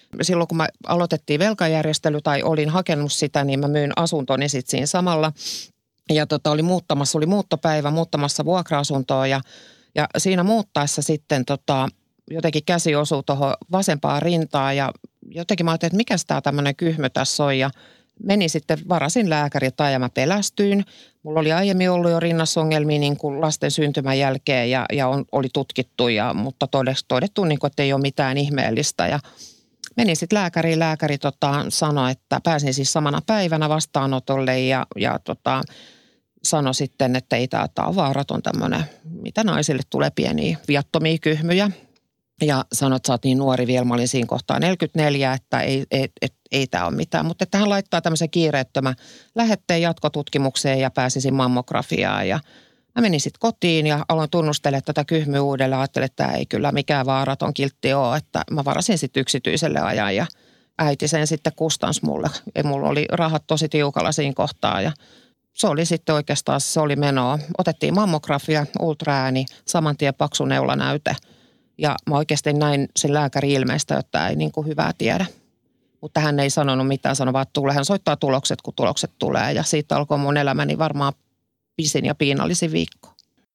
Silloin kun mä aloitettiin velkajärjestely tai olin hakenut sitä, niin mä myin asuntoni sitten siinä samalla. Ja tota, oli muuttamassa, oli muuttopäivä muuttamassa vuokra-asuntoa ja, ja siinä muuttaessa sitten tota, jotenkin käsi osui tuohon vasempaan rintaan ja jotenkin mä ajattelin, että mikä tämä tämmöinen kyhmö tässä on ja menin sitten, varasin lääkäriltä ja mä pelästyin. Mulla oli aiemmin ollut jo rinnasongelmia niin kuin lasten syntymän jälkeen ja, ja on, oli tutkittu, ja, mutta todettu, niin kuin, että ei ole mitään ihmeellistä. Ja menin sitten lääkäriin. Lääkäri tota, sanoi, että pääsin siis samana päivänä vastaanotolle ja, ja tota, sanoi sitten, että ei tämä ole vaaraton tämmöinen, mitä naisille tulee pieniä viattomia kyhmyjä. Ja sanoi, että sä oot niin nuori vielä, mä olin siinä kohtaa neljäkymmentäneljä, että ei, ei, ei, ei tämä ole mitään. Mutta että hän laittaa tämmöisen kiireettömän lähetteen jatkotutkimukseen ja pääsisin mammografiaan. Ja mä menin sitten kotiin ja aloin tunnustella tätä kyhmyä uudelleen. Ajattelin, että tämä ei kyllä mikään vaaraton kiltti ole, että mä varasin sitten yksityiselle ajan ja äiti sen sitten kustans mulle. Ja mulla oli rahat tosi tiukalla siinä kohtaa ja se oli sitten oikeastaan, se oli menoa. Otettiin mammografia, ultraääni, saman tien paksu neulanäyte. Ja mä oikeasti näin sen lääkäri ilmeistä, että ei niin kuin hyvää tiedä. Mutta hän ei sanonut mitään, sanoi vaan, että tulee. Hän soittaa tulokset, kun tulokset tulee. Ja siitä alkoi mun elämäni varmaan pisin ja piinallisin viikko.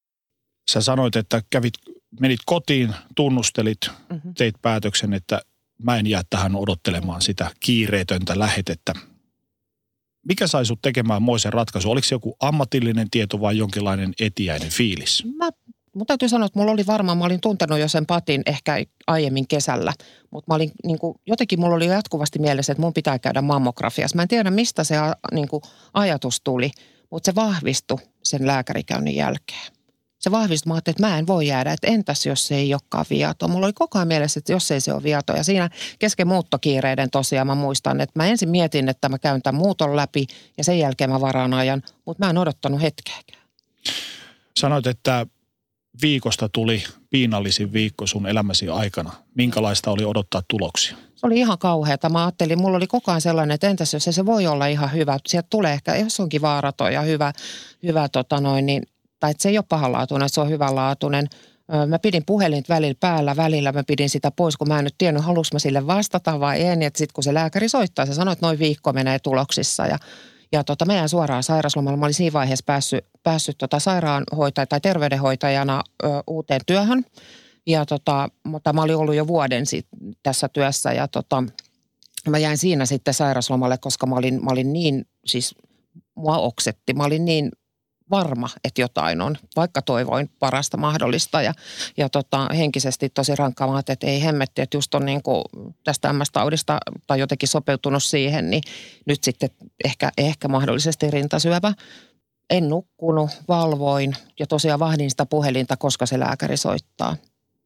Sä sanoit, että kävit, menit kotiin, tunnustelit, mm-hmm. teit päätöksen, että mä en jää tähän odottelemaan sitä kiireetöntä lähetettä. Mikä sai sut tekemään moisen ratkaisu? Oliko se joku ammatillinen tieto vai jonkinlainen etiäinen fiilis? Mä Mun täytyy sanoa, että mulla oli varmaan, mä olin tuntenut jo sen patin ehkä aiemmin kesällä, mutta mä olin niin kuin, jotenkin mulla oli jatkuvasti mielessä, että mun pitää käydä mammografiassa. Mä en tiedä, mistä se niin kuin, ajatus tuli, mutta se vahvistui sen lääkärikäynnin jälkeen. Se vahvistui, mä ajattelin, että mä en voi jäädä, että entäs jos se ei olekaan viaton. Mulla oli koko ajan mielessä, että jos ei se ole viaton. Ja siinä kesken muuttokiireiden tosiaan mä muistan, että mä ensin mietin, että mä käyn tämän muuton läpi ja sen jälkeen mä varaan ajan, mutta mä en odottanut hetkeäkään. Sanoit, että viikosta tuli piinallisin viikko sun elämäsi aikana. Minkälaista oli odottaa tuloksia? Se oli ihan kauheata. Mä ajattelin, mulla oli koko ajan sellainen, että entäs jos se voi olla ihan hyvä. Sieltä tulee ehkä, jos onkin vaaraton ja hyvä, hyvä tota noin, niin, tai että se ei ole pahanlaatuinen, että se on hyvänlaatuinen. Mä pidin puhelin välillä päällä, välillä mä pidin sitä pois, kun mä en nyt tiennyt, haluanko mä sille vastata vai en. Ja sitten kun se lääkäri soittaa, se sanoi, että noin viikko menee tuloksissa ja Ja tota, mä jäin suoraan sairauslomalle. Mä olin siinä vaiheessa päässyt, päässyt tota sairaanhoitaja tai terveydenhoitajana ö, uuteen työhön. Ja tota, mutta mä olin ollut jo vuoden sit, tässä työssä ja tota, mä jäin siinä sitten sairauslomalle, koska mä olin, mä olin niin, siis mua oksetti. Mä olin niin varma, että jotain on, vaikka toivoin parasta mahdollista ja, ja tota, henkisesti tosi rankkaa. Mä ajattelin, että ei hemmetti, että just on niin kuin tästä M S-taudista tai jotenkin sopeutunut siihen, niin nyt sitten ehkä, ehkä mahdollisesti rintasyövä. En nukkunut, valvoin ja tosiaan vahdin sitä puhelinta, koska se lääkäri soittaa.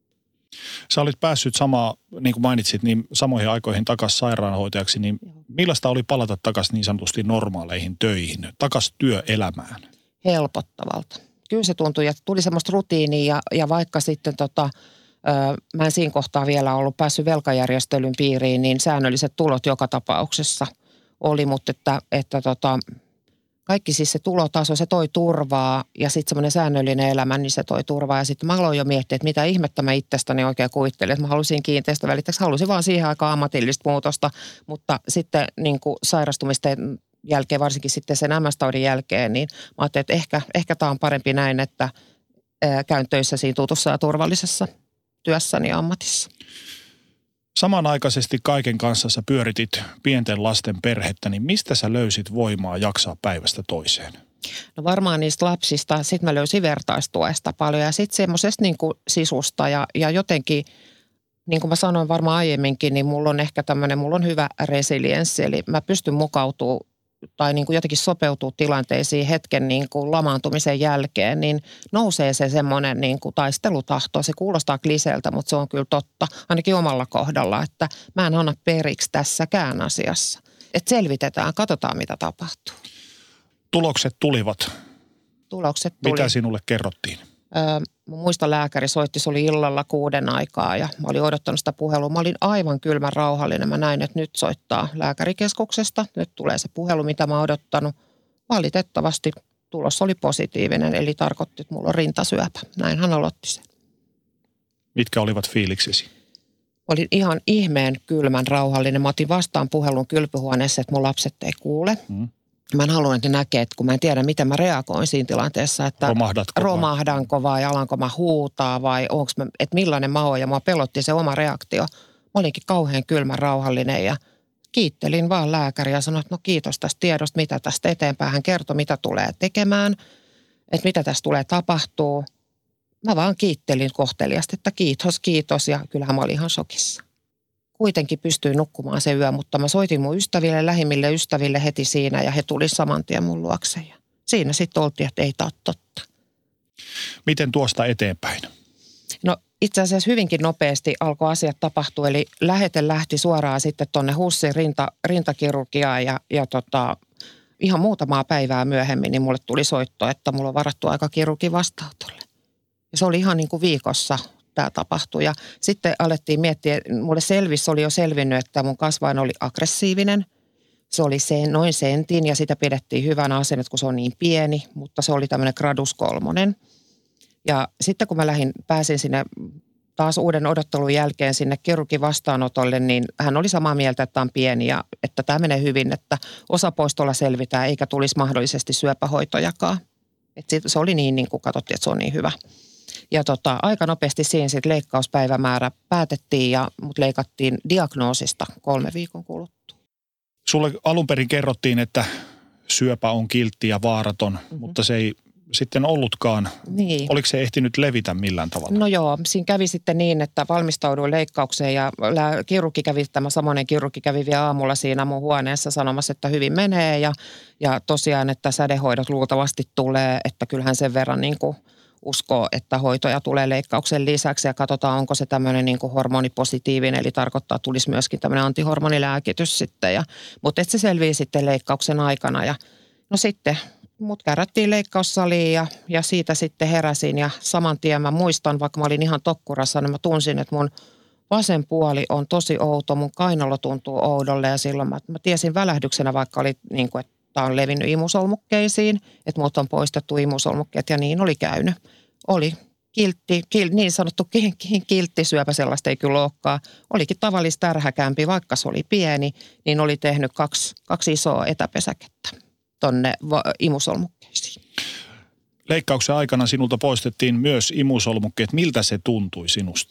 Sä olit päässyt samaa, niin kuin mainitsit, niin samoihin aikoihin takaisin sairaanhoitajaksi, niin millaista oli palata takaisin niin sanotusti normaaleihin töihin, takaisin työelämään? Helpottavalta. Kyllä se tuntui ja tuli semmoista rutiinia ja, ja vaikka sitten tota, ö, mä en siinä kohtaa vielä ollut päässyt velkajärjestelyn piiriin, niin säännölliset tulot joka tapauksessa oli, mutta että, että tota, kaikki siis se tulotaso, se toi turvaa ja sitten semmoinen säännöllinen elämä, niin se toi turvaa. Ja sitten mä aloin jo miettiä, että mitä ihmettä mä itsestäni oikein kuvittelin, että mä halusin kiinteistövälittäjäksi, halusin vaan siihen aikaan ammatillista muutosta, mutta sitten niin kuin sairastumisten jälkeen, varsinkin sitten sen M S-taudin jälkeen, niin mä ajattelin, että ehkä, ehkä tämä on parempi näin, että ää, käyn töissä siinä tutussa ja turvallisessa työssäni ja ammatissa. Samanaikaisesti kaiken kanssa sä pyöritit pienten lasten perhettä, niin mistä sä löysit voimaa jaksaa päivästä toiseen? No varmaan niistä lapsista. Sitten mä löysin vertaistuesta paljon ja sitten semmoisesta niin kuin sisusta ja, ja jotenkin, niin kuin mä sanoin varmaan aiemminkin, niin mulla on ehkä tämmöinen, mulla on hyvä resilienssi, eli mä pystyn mukautumaan tai niin kuin jotenkin sopeutuu tilanteisiin hetken niin kuin lamaantumisen jälkeen, niin nousee se semmoinen niin kuin taistelutahto. Se kuulostaa kliseeltä, mutta se on kyllä totta, ainakin omalla kohdalla, että mä en anna periksi tässäkään asiassa. Että selvitetään, katsotaan mitä tapahtuu. Tulokset tulivat. Tulokset tuli. Mitä sinulle kerrottiin? Öö, mä muistan lääkäri soitti, se oli illalla kuuden aikaa ja mä olin odottanut sitä puhelua. Mä olin aivan kylmän rauhallinen. Mä näin, että nyt soittaa lääkärikeskuksesta. Nyt tulee se puhelu, mitä mä oon odottanut. Valitettavasti tulos oli positiivinen, eli tarkoitti, että mulla on rintasyöpä. Näin hän aloitti sen. Mitkä olivat fiiliksesi? Olin ihan ihmeen kylmän rauhallinen. Mä otin vastaan puhelun kylpyhuoneessa, että mun lapset ei kuule. Mm. Mä en halua, että ne näkee, että kun mä en tiedä, miten mä reagoin siinä tilanteessa, että romahdatko romahdanko vai alanko mä huutaa vai onko mä, että millainen mä oon ja mua pelotti se oma reaktio. Mä olinkin kauhean kylmän rauhallinen ja kiittelin vaan lääkäriä ja sanoin, että no kiitos tästä tiedosta, mitä tästä eteenpäin. Hän kertoi, mitä tulee tekemään, että mitä tästä tulee tapahtuu. Mä vaan kiittelin kohteliasti, että kiitos, kiitos ja kyllähän mä olin ihan shokissa. Kuitenkin pystyin nukkumaan se yö, mutta mä soitin mun ystäville, lähimmille ystäville heti siinä ja he tuli saman tien mun luokse. Ja siinä sitten oltiin, että ei tää ole totta. Miten tuosta eteenpäin? No itse asiassa hyvinkin nopeasti alkoi asiat tapahtua, eli lähete lähti suoraan sitten tuonne HUSin rinta, rintakirurgiaan ja, ja tota, ihan muutamaa päivää myöhemmin niin mulle tuli soitto, että mulla on varattu aika kirurgin vastaanotolle. Ja se oli ihan niin kuin viikossa tämä tapahtui. Ja sitten alettiin miettiä, mulle selvisi, oli jo selvinnyt, että mun kasvain oli aggressiivinen. Se oli sen, noin sentin ja sitä pidettiin hyvänä asennet, kun se on niin pieni, mutta se oli tämmöinen gradus kolmonen. Ja sitten kun mä lähdin, pääsin sinne taas uuden odottelun jälkeen sinne kirurgin vastaanotolle, niin hän oli samaa mieltä, että tämä on pieni ja että tämä menee hyvin, että osapoistolla selvitään eikä tulisi mahdollisesti syöpähoitojakaan. Että se oli niin, niin kuin katsottiin, että se on niin hyvä. Ja tota, aika nopeasti siinä sitten leikkauspäivämäärä päätettiin ja mut leikattiin diagnoosista kolme viikon kuluttua. Sulle alun perin kerrottiin, että syöpä on kiltti ja vaaraton, mm-hmm. mutta se ei sitten ollutkaan. Niin. Oliko se ehtinyt levitä millään tavalla? No joo, siinä kävi sitten niin, että valmistauduin leikkaukseen ja kirurgi kävi, tämä samoinen kirurgi kävi vielä aamulla siinä mun huoneessa sanomassa, että hyvin menee ja, ja tosiaan, että sädehoidot luultavasti tulee, että kyllähän sen verran niin kuin uskoo, että hoitoja tulee leikkauksen lisäksi ja katsotaan, onko se tämmöinen niin kuin hormonipositiivinen, eli tarkoittaa, että tulisi myöskin tämmöinen antihormonilääkitys sitten. Ja, mutta että se selvii sitten leikkauksen aikana ja no sitten mut kärättiin leikkaussaliin ja, ja siitä sitten heräsin ja saman tien mä muistan, vaikka mä olin ihan tokkurassa, niin mä tunsin, että mun vasen puoli on tosi outo, mun kainalo tuntuu oudolle ja silloin mä, mä tiesin välähdyksenä, vaikka oli niin kuin, että tämä on levinnyt imusolmukkkeisiin, että mut on poistettu imusolmukkeet ja niin oli käynyt. Oli kiltti, kil, niin sanottu kilttisyöpä, sellaista ei kyllä olekaan. Olikin tavallista tärhäkämpi, vaikka se oli pieni, niin oli tehnyt kaksi, kaksi isoa etäpesäkettä tonne imusolmukkeisiin. Leikkauksen aikana sinulta poistettiin myös imusolmukkeet. Miltä se tuntui sinusta?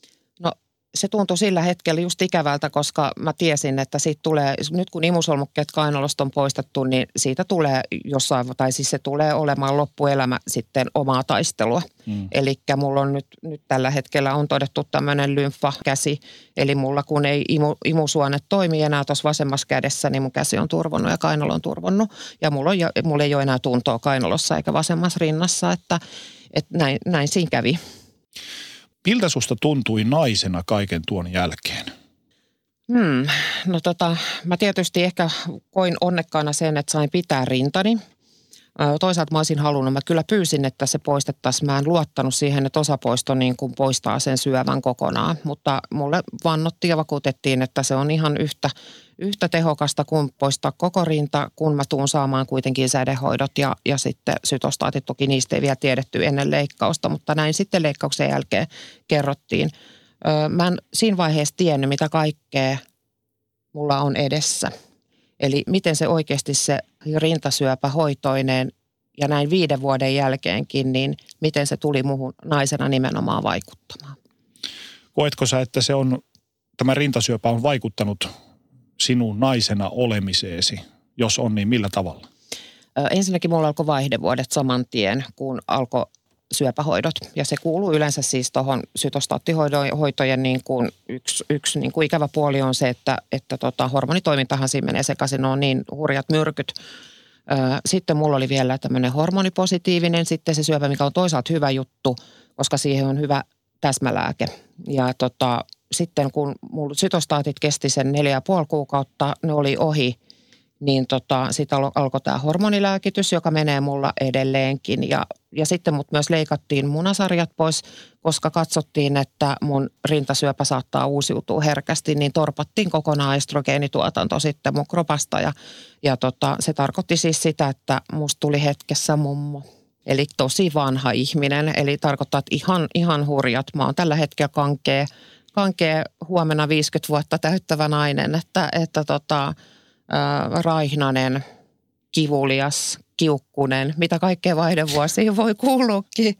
No se tuntui sillä hetkellä just ikävältä, koska mä tiesin, että siitä tulee, nyt kun imusolmukkeet kainalosta on poistettu, niin siitä tulee jossain, tai siis se tulee olemaan loppuelämä sitten omaa taistelua. Mm. Eli mulla on nyt, nyt tällä hetkellä on todettu tämmöinen lymfakäsi, eli mulla kun ei imu, imusuonet toimi enää tuossa vasemmassa kädessä, niin mun käsi on turvonnut ja kainalo on turvonnut. Ja mulla, on, mulla ei ole enää tuntoa kainalossa eikä vasemmassa rinnassa, että, että näin, näin siinä kävi. Miltä susta tuntui naisena kaiken tuon jälkeen? Hmm, no tota, mä tietysti ehkä koin onnekkaana sen, että sain pitää rintani. Toisaalta mä olisin halunnut, mä kyllä pyysin, että se poistettaisiin. Mä en luottanut siihen, että osapoisto niin kuin poistaa sen syövän kokonaan, mutta mulle vannottiin ja vakuutettiin, että se on ihan yhtä, yhtä tehokasta kuin poistaa koko rinta, kun mä tuun saamaan kuitenkin sädehoidot ja, ja sitten sytostaatit. Toki niistä ei vielä tiedetty ennen leikkausta, mutta näin sitten leikkauksen jälkeen kerrottiin. Mä en siinä vaiheessa tiennyt, mitä kaikkea mulla on edessä. Eli miten se oikeasti se rintasyöpä hoitoineen ja näin viiden vuoden jälkeenkin, niin miten se tuli muuhun naisena nimenomaan vaikuttamaan. Koetko sä, että se on, tämä rintasyöpä on vaikuttanut sinun naisena olemiseesi? Jos on, niin millä tavalla? Ensinnäkin mulla alkoi vaihdevuodet saman tien, kun alkoi syöpähoidot. Ja se kuuluu yleensä siis tuohon sytostaattihoitojen niin kuin yksi, yksi niin kuin ikävä puoli on se, että, että tota, hormonitoimintahan siinä menee sekaisin, on niin hurjat myrkyt. Sitten mulla oli vielä tämmöinen hormonipositiivinen, sitten se syöpä, mikä on toisaalta hyvä juttu, koska siihen on hyvä täsmälääke. Ja tota, sitten kun mulla sytostaatit kesti sen neljä ja puoli kuukautta, ne oli ohi, niin tota, sitten alkoi tämä hormonilääkitys, joka menee mulla edelleenkin. Ja, ja sitten mut myös leikattiin munasarjat pois, koska katsottiin, että mun rintasyöpä saattaa uusiutua herkästi, niin torpattiin kokonaan estrogeenituotanto sitten mun kropasta. Ja, ja tota, se tarkoitti siis sitä, että musta tuli hetkessä mummo. Eli tosi vanha ihminen, eli tarkoittaa, että ihan, ihan hurjat. Mä oon tällä hetkellä kankea, kankea huomenna viisikymmentä vuotta täyttävä nainen, että, että tota, ää, raihnanen, kivulias, kiukkunen, mitä kaikkea vaihdevuosiin voi kuuluukin.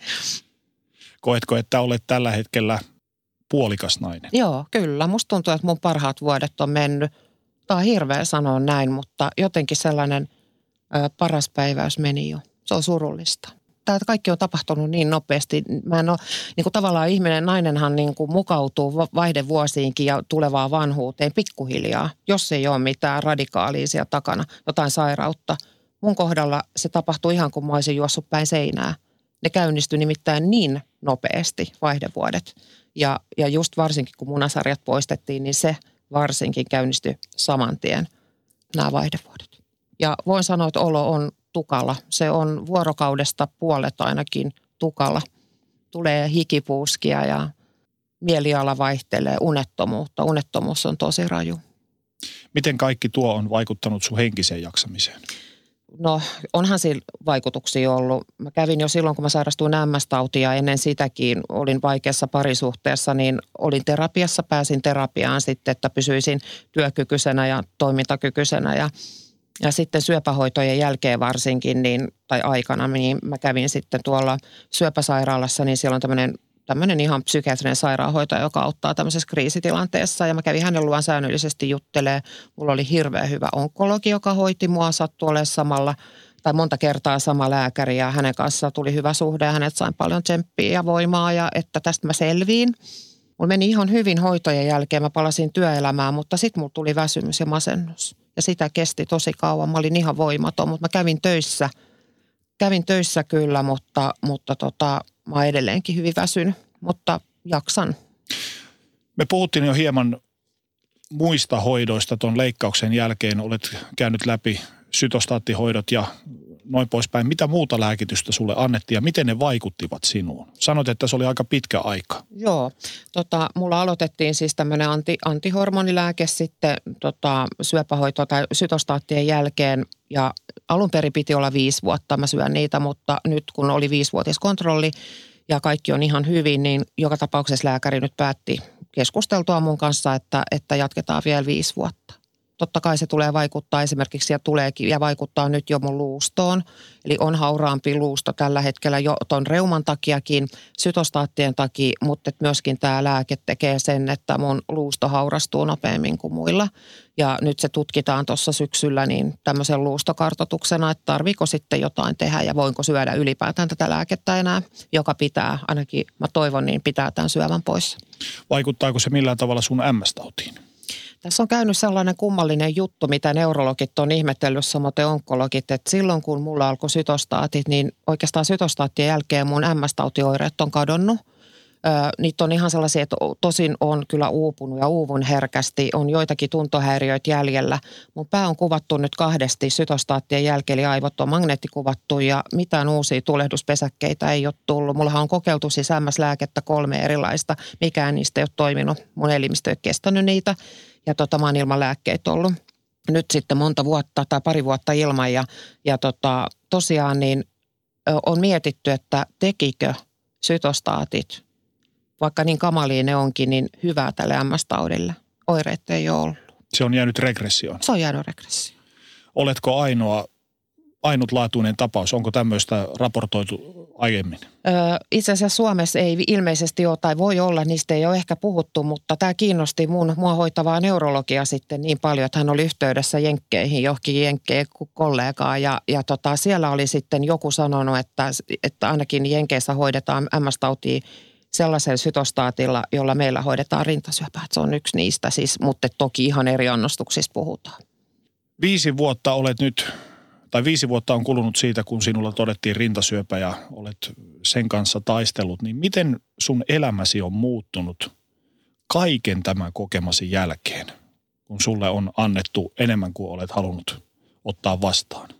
Koetko, että olet tällä hetkellä puolikas nainen? Joo, kyllä. Musta tuntuu, että mun parhaat vuodet on mennyt. Tämä on hirveä sanoa näin, mutta jotenkin sellainen ö, paras päiväys meni jo. Se on surullista. Tämä kaikki on tapahtunut niin nopeasti. Mä en ole, niin kuin tavallaan ihminen, nainenhan niin kuin mukautuu vaihdevuosiinkin ja tulevaan vanhuuteen pikkuhiljaa, jos ei ole mitään radikaalia siellä takana, jotain sairautta. Mun kohdalla se tapahtui ihan kuin mä olisin juossut päin seinää. Ne käynnistyi nimittäin niin nopeasti vaihdevuodet. Ja, ja just varsinkin kun munasarjat poistettiin, niin se varsinkin käynnistyi saman tien nämä vaihdevuodet. Ja voin sanoa, että olo on tukala. Se on vuorokaudesta puolet ainakin tukala. Tulee hikipuuskia ja mieliala vaihtelee, unettomuutta. Unettomuus on tosi raju. Miten kaikki tuo on vaikuttanut sun henkiseen jaksamiseen? No onhan sillä vaikutuksia ollut. Mä kävin jo silloin, kun mä sairastuin M S-tautia, ennen sitäkin olin vaikeassa parisuhteessa, niin olin terapiassa, pääsin terapiaan sitten, että pysyisin työkykyisenä ja toimintakykyisenä. Ja, ja sitten syöpähoitojen jälkeen varsinkin, niin, tai aikana, niin mä kävin sitten tuolla syöpäsairaalassa, niin siellä on tämmöinen tämmöinen ihan psykiatrinen sairaanhoitaja, joka auttaa tämmöisessä kriisitilanteessa. Ja mä kävin hänen luvan säännöllisesti juttelemaan. Mulla oli hirveän hyvä onkologi, joka hoiti mua, sattui olemaan samalla, tai monta kertaa sama lääkäri. Ja hänen kanssaan tuli hyvä suhde ja hänet sain paljon tsemppiä ja voimaa, ja että tästä mä selviin. Mulla meni ihan hyvin hoitojen jälkeen, mä palasin työelämään, mutta sitten mulla tuli väsymys ja masennus. Ja sitä kesti tosi kauan. Mä olin ihan voimaton, mutta mä kävin töissä. Kävin töissä kyllä, mutta, mutta tota, mä oon edelleenkin hyvin väsynyt, mutta jaksan. Me puhuttiin jo hieman muista hoidoista tuon leikkauksen jälkeen. Olet käynyt läpi sytostaattihoidot ja noin poispäin. Mitä muuta lääkitystä sulle annettiin ja miten ne vaikuttivat sinuun? Sanoit, että se oli aika pitkä aika. Joo, tota, mulla aloitettiin siis tämmöinen anti, antihormonilääke sitten tota, syöpähoito tai sytostaattien jälkeen. Ja alun perin piti olla viisi vuotta, mä syön niitä, mutta nyt kun oli viisivuotiskontrolli ja kaikki on ihan hyvin, niin joka tapauksessa lääkäri nyt päätti keskusteltua mun kanssa, että, että jatketaan vielä viisi vuotta. Totta kai se tulee vaikuttaa esimerkiksi ja tuleekin ja vaikuttaa nyt jo mun luustoon. Eli on hauraampi luusto tällä hetkellä jo ton reuman takiakin, sytostaattien takia, mutta myöskin tämä lääke tekee sen, että mun luusto haurastuu nopeammin kuin muilla. Ja nyt se tutkitaan tuossa syksyllä niin tämmöisen luustokartoituksena, että tarviiko sitten jotain tehdä ja voinko syödä ylipäätään tätä lääkettä enää, joka pitää, ainakin mä toivon, niin pitää tämän syövän pois. Vaikuttaako se millään tavalla sun M S-tautiin? Tässä on käynyt sellainen kummallinen juttu, mitä neurologit on ihmetellyt, samoin onkologit, että silloin kun mulla alkoi sytostaatit, niin oikeastaan sytostaattien jälkeen mun M S-tautioireet on kadonnut. Öö, niitä on ihan sellaisia, että tosin on kyllä uupunut ja uuvun herkästi, on joitakin tuntohäiriöitä jäljellä. Mun pää on kuvattu nyt kahdesti sytostaattien jälkeen, eli aivot on magneettikuvattu ja mitään uusia tulehduspesäkkeitä ei ole tullut. Mullahan on kokeiltu siis M S-lääkettä kolme erilaista, mikään niistä ei ole toiminut, mun elimistö ei ole kestänyt niitä. Ja tota, mä oon ilman lääkkeitä ollut nyt sitten monta vuotta tai pari vuotta ilman. Ja, ja tota, tosiaan niin on mietitty, että tekikö sytostaatit, vaikka niin kamalia ne onkin, niin hyvää tälle M S-taudille. Oireet ei ole ollut. Se on jäänyt regressioon. Se on jäänyt regressioon. Oletko ainoa, ainutlaatuinen tapaus? Onko tämmöistä raportoitu aiemmin? Öö, itse asiassa Suomessa ei ilmeisesti ole tai voi olla, niistä ei ole ehkä puhuttu, mutta tämä kiinnosti mun, mua hoitavaa neurologia sitten niin paljon, että hän oli yhteydessä jenkkeihin, johonkin jenkkeen kollegaan ja, ja tota, siellä oli sitten joku sanonut, että, että ainakin jenkeissä hoidetaan M S-tautia sellaisella sytostaatilla, jolla meillä hoidetaan rintasyöpää. Se on yksi niistä siis, mutta toki ihan eri annostuksista puhutaan. Viisi vuotta olet nyt, tai viisi vuotta on kulunut siitä, kun sinulla todettiin rintasyöpä ja olet sen kanssa taistellut, niin miten sun elämäsi on muuttunut kaiken tämän kokemasi jälkeen, kun sulle on annettu enemmän kuin olet halunnut ottaa vastaan?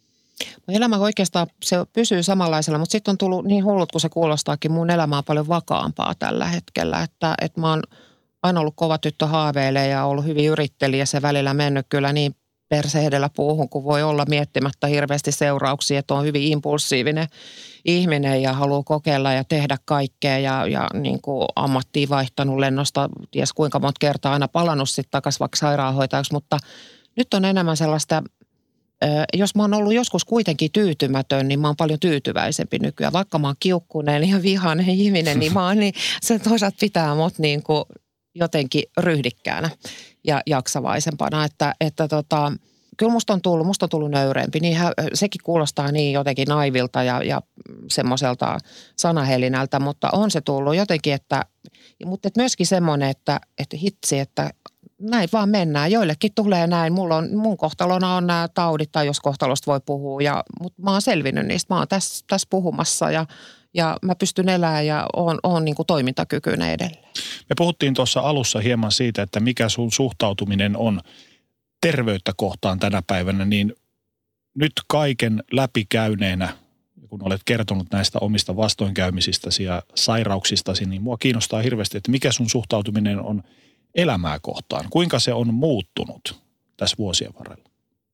No elämä oikeastaan se pysyy samanlaisella, mutta sitten on tullut niin hullut, kun se kuulostaakin, mun elämä on paljon vakaampaa tällä hetkellä, että, että mä oon aina ollut kova tyttö haaveilee ja ollut hyvin yrittelijä, se välillä mennyt kyllä niin perse edellä puuhun, kun voi olla miettimättä hirveästi seurauksia, että on hyvin impulsiivinen ihminen ja haluaa kokeilla ja tehdä kaikkea ja, ja niin kuin ammattiin vaihtanut lennosta, ties kuinka monta kertaa aina palannut sitten takaisin vaikka sairaanhoitajaksi, mutta nyt on enemmän sellaista, jos mä oon ollut joskus kuitenkin tyytymätön, niin mä oon paljon tyytyväisempi nykyään. Vaikka mä oon kiukkunen ja vihainen ihminen, niin mä oon niin, se toisaalta pitää mut niin kuin jotenkin ryhdikkäänä ja jaksavaisempana, että, että tota, kyllä musta on tullut, musta on tullut nöyreempi. Niin sekin kuulostaa niin jotenkin naivilta ja, ja semmoiselta sanahelinältä, mutta on se tullut jotenkin, että, mutta et myöskin semmoinen, että, että hitsi, että näin vaan mennään. Joillekin tulee näin. Mulla on, mun kohtalona on nämä taudit, tai jos kohtalosta voi puhua, ja, mutta mä oon selvinnyt niistä. Mä oon tässä, tässä puhumassa ja, ja mä pystyn elämään ja oon, oon niin kuin toimintakykyinen edelleen. Me puhuttiin tuossa alussa hieman siitä, että mikä sun suhtautuminen on terveyttä kohtaan tänä päivänä, niin nyt kaiken läpikäyneenä, kun olet kertonut näistä omista vastoinkäymisistasi ja sairauksistasi, niin mua kiinnostaa hirveästi, että mikä sun suhtautuminen on elämää kohtaan. Kuinka se on muuttunut tässä vuosien varrella?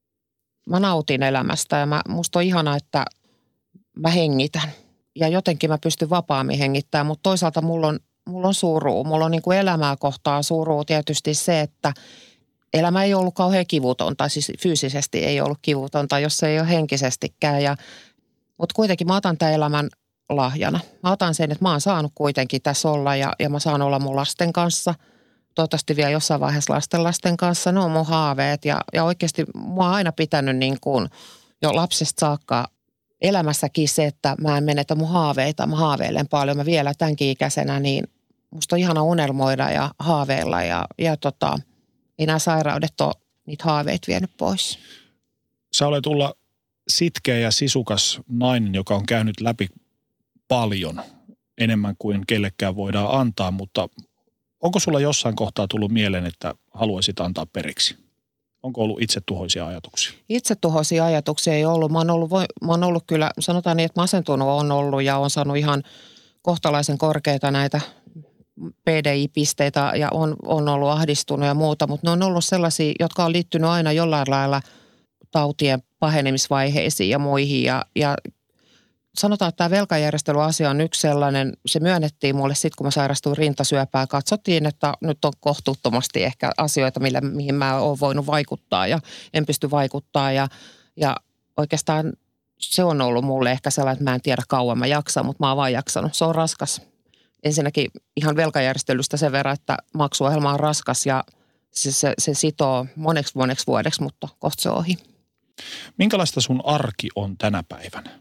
Mä nautin elämästä ja mä, musta on ihanaa, että mä hengitän. Ja jotenkin mä pystyn vapaammin hengittämään, mutta toisaalta mulla on, mulla on surua. Mulla on niin kuin elämää kohtaan surua tietysti se, että elämä ei ollut kauhean kivutonta, siis fyysisesti ei ollut kivutonta, jos se ei ole henkisestikään. Ja, mutta kuitenkin mä otan tämän elämän lahjana. Mä otan sen, että mä oon saanut kuitenkin tässä olla ja, ja mä saan olla mun lasten kanssa. Toivottavasti vielä jossain vaiheessa lasten lasten kanssa. Ne on mun haaveet ja, ja oikeasti mua on aina pitänyt niin kuin jo lapsesta saakka elämässäkin se, että mä en menetä mun haaveita. Mä haaveilen paljon. Mä vielä tämänkin ikäisenä, niin musta on ihana unelmoida ja haaveilla ja, ja tota, ei nämä sairaudet ole niitä haaveita vienyt pois. Sä olet Ulla sitkeä ja sisukas nainen, joka on käynyt läpi paljon enemmän kuin kellekään voidaan antaa, mutta onko sulla jossain kohtaa tullut mieleen, että haluaisit antaa periksi? Onko ollut itsetuhoisia ajatuksia? Itsetuhoisia ajatuksia ei ollut. Mä oon ollut, mä oon ollut kyllä, sanotaan niin, että masentunut on ollut ja on saanut ihan kohtalaisen korkeita näitä P D I-pisteitä ja on, on ollut ahdistunut ja muuta, mutta ne on ollut sellaisia, jotka on liittynyt aina jollain lailla tautien pahenemisvaiheisiin ja muihin ja, ja sanotaan, että tämä velkajärjestelyasia on yksi sellainen, se myönnettiin mulle sitten, kun mä sairastuin rintasyöpään. Katsottiin, että nyt on kohtuuttomasti ehkä asioita, millä, mihin mä oon voinut vaikuttaa ja en pysty vaikuttaa. Ja, ja oikeastaan se on ollut mulle ehkä sellainen, että mä en tiedä kauan mä jaksan, mutta mä oon vaan jaksanut. Se on raskas. Ensinnäkin ihan velkajärjestelystä sen verran, että maksuohjelma on raskas ja se, se, se sitoo moneksi moneksi vuodeksi, mutta kohta se on ohi. Minkälaista sun arki on tänä päivänä?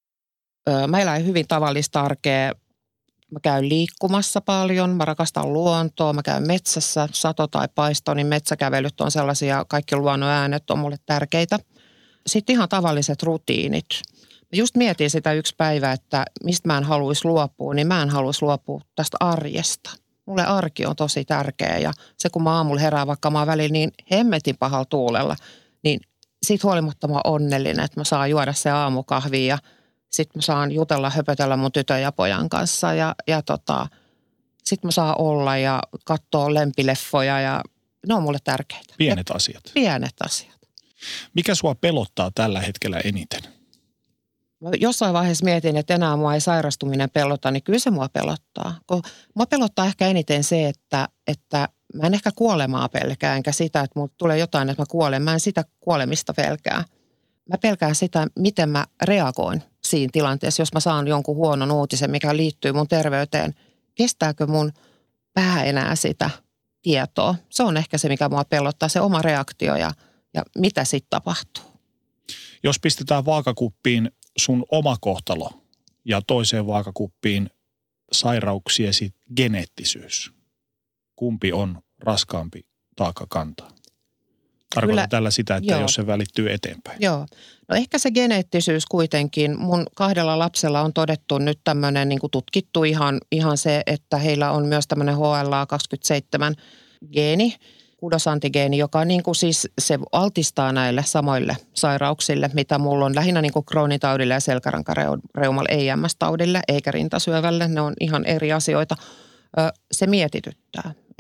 Mä elän hyvin tavallista arkea. Mä käyn liikkumassa paljon, mä rakastan luontoa, mä käyn metsässä, sato tai paisto, niin metsäkävelyt on sellaisia, kaikki luonnon äänet on mulle tärkeitä. Sitten ihan tavalliset rutiinit. Mä just mietin sitä yksi päivä, että mistä mä en haluaisi luopua, niin mä en haluaisi luopua tästä arjesta. Mulle arki on tosi tärkeä ja se kun mä aamulla herään, vaikka mä oon välillä niin hemmetin pahalla tuulella, niin siitä huolimatta mä oon onnellinen, että mä saan juoda se aamukahvia ja sitten mä saan jutella, höpötellä mun tytön ja pojan kanssa ja, ja tota, sitten mä saan olla ja katsoa lempileffoja ja ne on mulle tärkeitä. Pienet ja asiat. Pienet asiat. Mikä sua pelottaa tällä hetkellä eniten? Mä jossain vaiheessa mietin, että enää mua ei sairastuminen pelota, niin kyllä se mua pelottaa. Kun mua pelottaa ehkä eniten se, että, että mä en ehkä kuolemaa pelkää, enkä sitä, että mulle tulee jotain, että mä kuolen. Mä en sitä kuolemista pelkää. Mä pelkään sitä, miten mä reagoin siinä tilanteessa, jos mä saan jonkun huonon uutisen, mikä liittyy mun terveyteen. Kestääkö mun pää enää sitä tietoa? Se on ehkä se, mikä mua pelottaa, se oma reaktio ja, ja mitä sitten tapahtuu. Jos pistetään vaakakuppiin sun oma kohtalo ja toiseen vaakakuppiin sairauksiesi geneettisyys, kumpi on raskaampi taakka kantaa? Tarkoitan Kyllä, tällä sitä, että joo. jos se välittyy eteenpäin. Joo. No ehkä se geneettisyys kuitenkin. Mun kahdella lapsella on todettu nyt tämmöinen niin kuin tutkittu ihan, ihan se, että heillä on myös tämmöinen H L A kaksikymmentäseitsemän geeni, kudosantigeeni, joka niin kuin siis se altistaa näille samoille sairauksille, mitä mulla on lähinnä niin kuin kroonitaudille ja selkärankareumalle, ei M S-taudille eikä rintasyövälle. Ne on ihan eri asioita. Se mietityttää. Et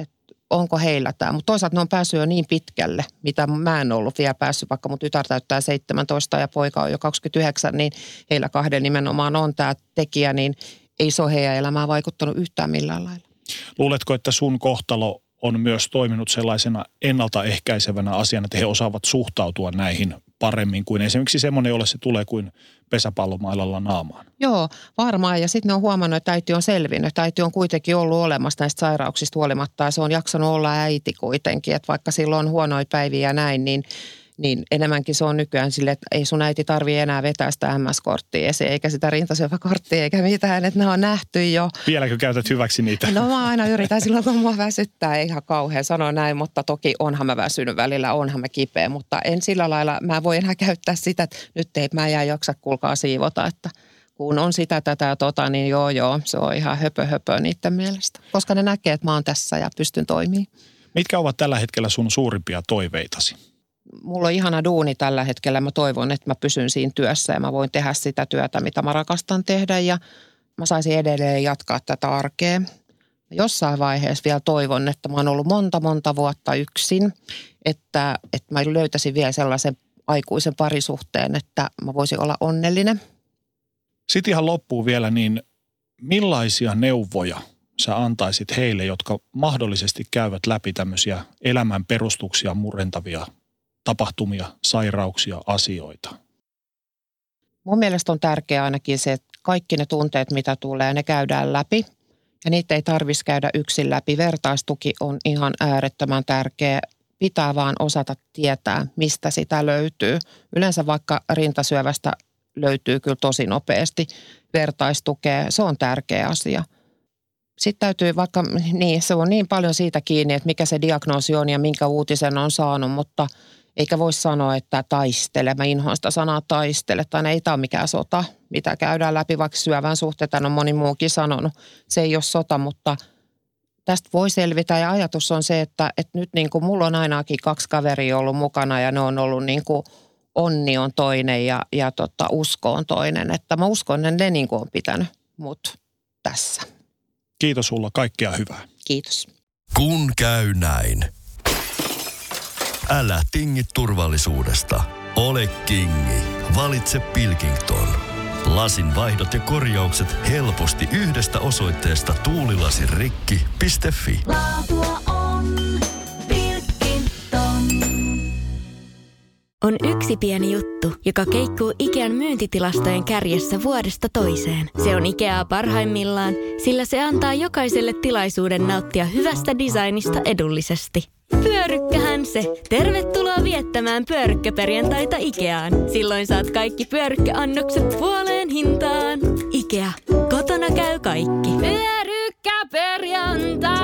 onko heillä tämä. Mutta toisaalta ne on päässyt jo niin pitkälle, mitä mä en ollut vielä päässyt, vaikka mun tytär täyttää seitsemäntoista ja poika on jo kaksikymmentäyhdeksän, niin heillä kahden nimenomaan on tämä tekijä, niin ei se ole heidän elämään vaikuttanut yhtään millään lailla. Luuletko, että sun kohtalo on myös toiminut sellaisena ennaltaehkäisevänä asiana, että he osaavat suhtautua näihin paremmin kuin esimerkiksi semmoinen, jolle se tulee kuin pesäpallomailalla naamaan? Joo, varmaan. Ja sitten ne on huomannut, että äiti on selvinnyt. Että äiti on kuitenkin ollut olemassa näistä sairauksista huolimatta ja se on jaksanut olla äiti kuitenkin. Että vaikka silloin on huonoja päiviä ja näin, niin, niin enemmänkin se on nykyään silleen, että ei sun äiti tarvitse enää vetää sitä M S-korttia eikä sitä rintasyöpäkorttia eikä mitään, että ne on nähty jo. Vieläkö käytät hyväksi niitä? No mä aina yritän silloin, kun mua väsyttää. Ei ihan kauhean sanoa näin, mutta toki onhan mä väsynyt välillä, onhan mä kipeä. Mutta en sillä lailla, mä voin enää käyttää sitä, että nyt ei mä jää jaksa kuulkaa siivota, että kun on sitä, tätä ja tota, niin joo joo, se on ihan höpö höpö niiden mielestä. Koska ne näkee, että mä oon tässä ja pystyn toimimaan. Mitkä ovat tällä hetkellä sun suurimpia toiveitasi? Mulla on ihana duuni tällä hetkellä. Mä toivon, että mä pysyn siinä työssä ja mä voin tehdä sitä työtä, mitä mä rakastan tehdä ja mä saisin edelleen jatkaa tätä arkea. Jossain vaiheessa vielä toivon, että mä oon ollut monta, monta vuotta yksin, että, että mä löytäisin vielä sellaisen aikuisen parisuhteen, että mä voisin olla onnellinen. Sitten ihan loppuun vielä, niin millaisia neuvoja sä antaisit heille, jotka mahdollisesti käyvät läpi tämmöisiä elämän perustuksia murentavia tapahtumia, sairauksia, asioita? Mun mielestä on tärkeää ainakin se, että kaikki ne tunteet, mitä tulee, ne käydään läpi. Ja niitä ei tarvitsisi käydä yksin läpi. Vertaistuki on ihan äärettömän tärkeä. Pitää vaan osata tietää, mistä sitä löytyy. Yleensä vaikka rintasyövästä löytyy kyllä tosi nopeasti vertaistukea. Se on tärkeä asia. Sitten täytyy vaikka, niin se on niin paljon siitä kiinni, että mikä se diagnoosi on ja minkä uutisen on saanut, mutta eikä voi sanoa, että taistele. Mä inhoan sitä sanaa taistele, tai ei tämä ole mikään sota, mitä käydään läpi, vaikka syövän suhteita on moni muukin sanonut. Se ei ole sota, mutta tästä voi selvitä ja ajatus on se, että, että nyt niin kuin mulla on ainakin kaksi kaveria ollut mukana ja ne on ollut niin kuin onni on toinen ja, ja tota, usko on toinen. Että mä uskon, että ne niin kuin on pitänyt mut tässä. Kiitos sulla, kaikkea hyvää. Kiitos. Kun käy näin. Älä tingi turvallisuudesta. Ole kingi. Valitse Pilkington. Lasin vaihdot ja korjaukset helposti yhdestä osoitteesta tuulilasirikki piste fi. Laatua on Pilkington. On yksi pieni juttu, joka keikkuu Ikean myyntitilastojen kärjessä vuodesta toiseen. Se on Ikeaa parhaimmillaan, sillä se antaa jokaiselle tilaisuuden nauttia hyvästä designista edullisesti. Pyörykkähän se. Tervetuloa viettämään pyörykkäperjantaita Ikeaan. Silloin saat kaikki pyörykkäannokset puoleen hintaan. Ikea. Kotona käy kaikki. Pyörykkäperjantai.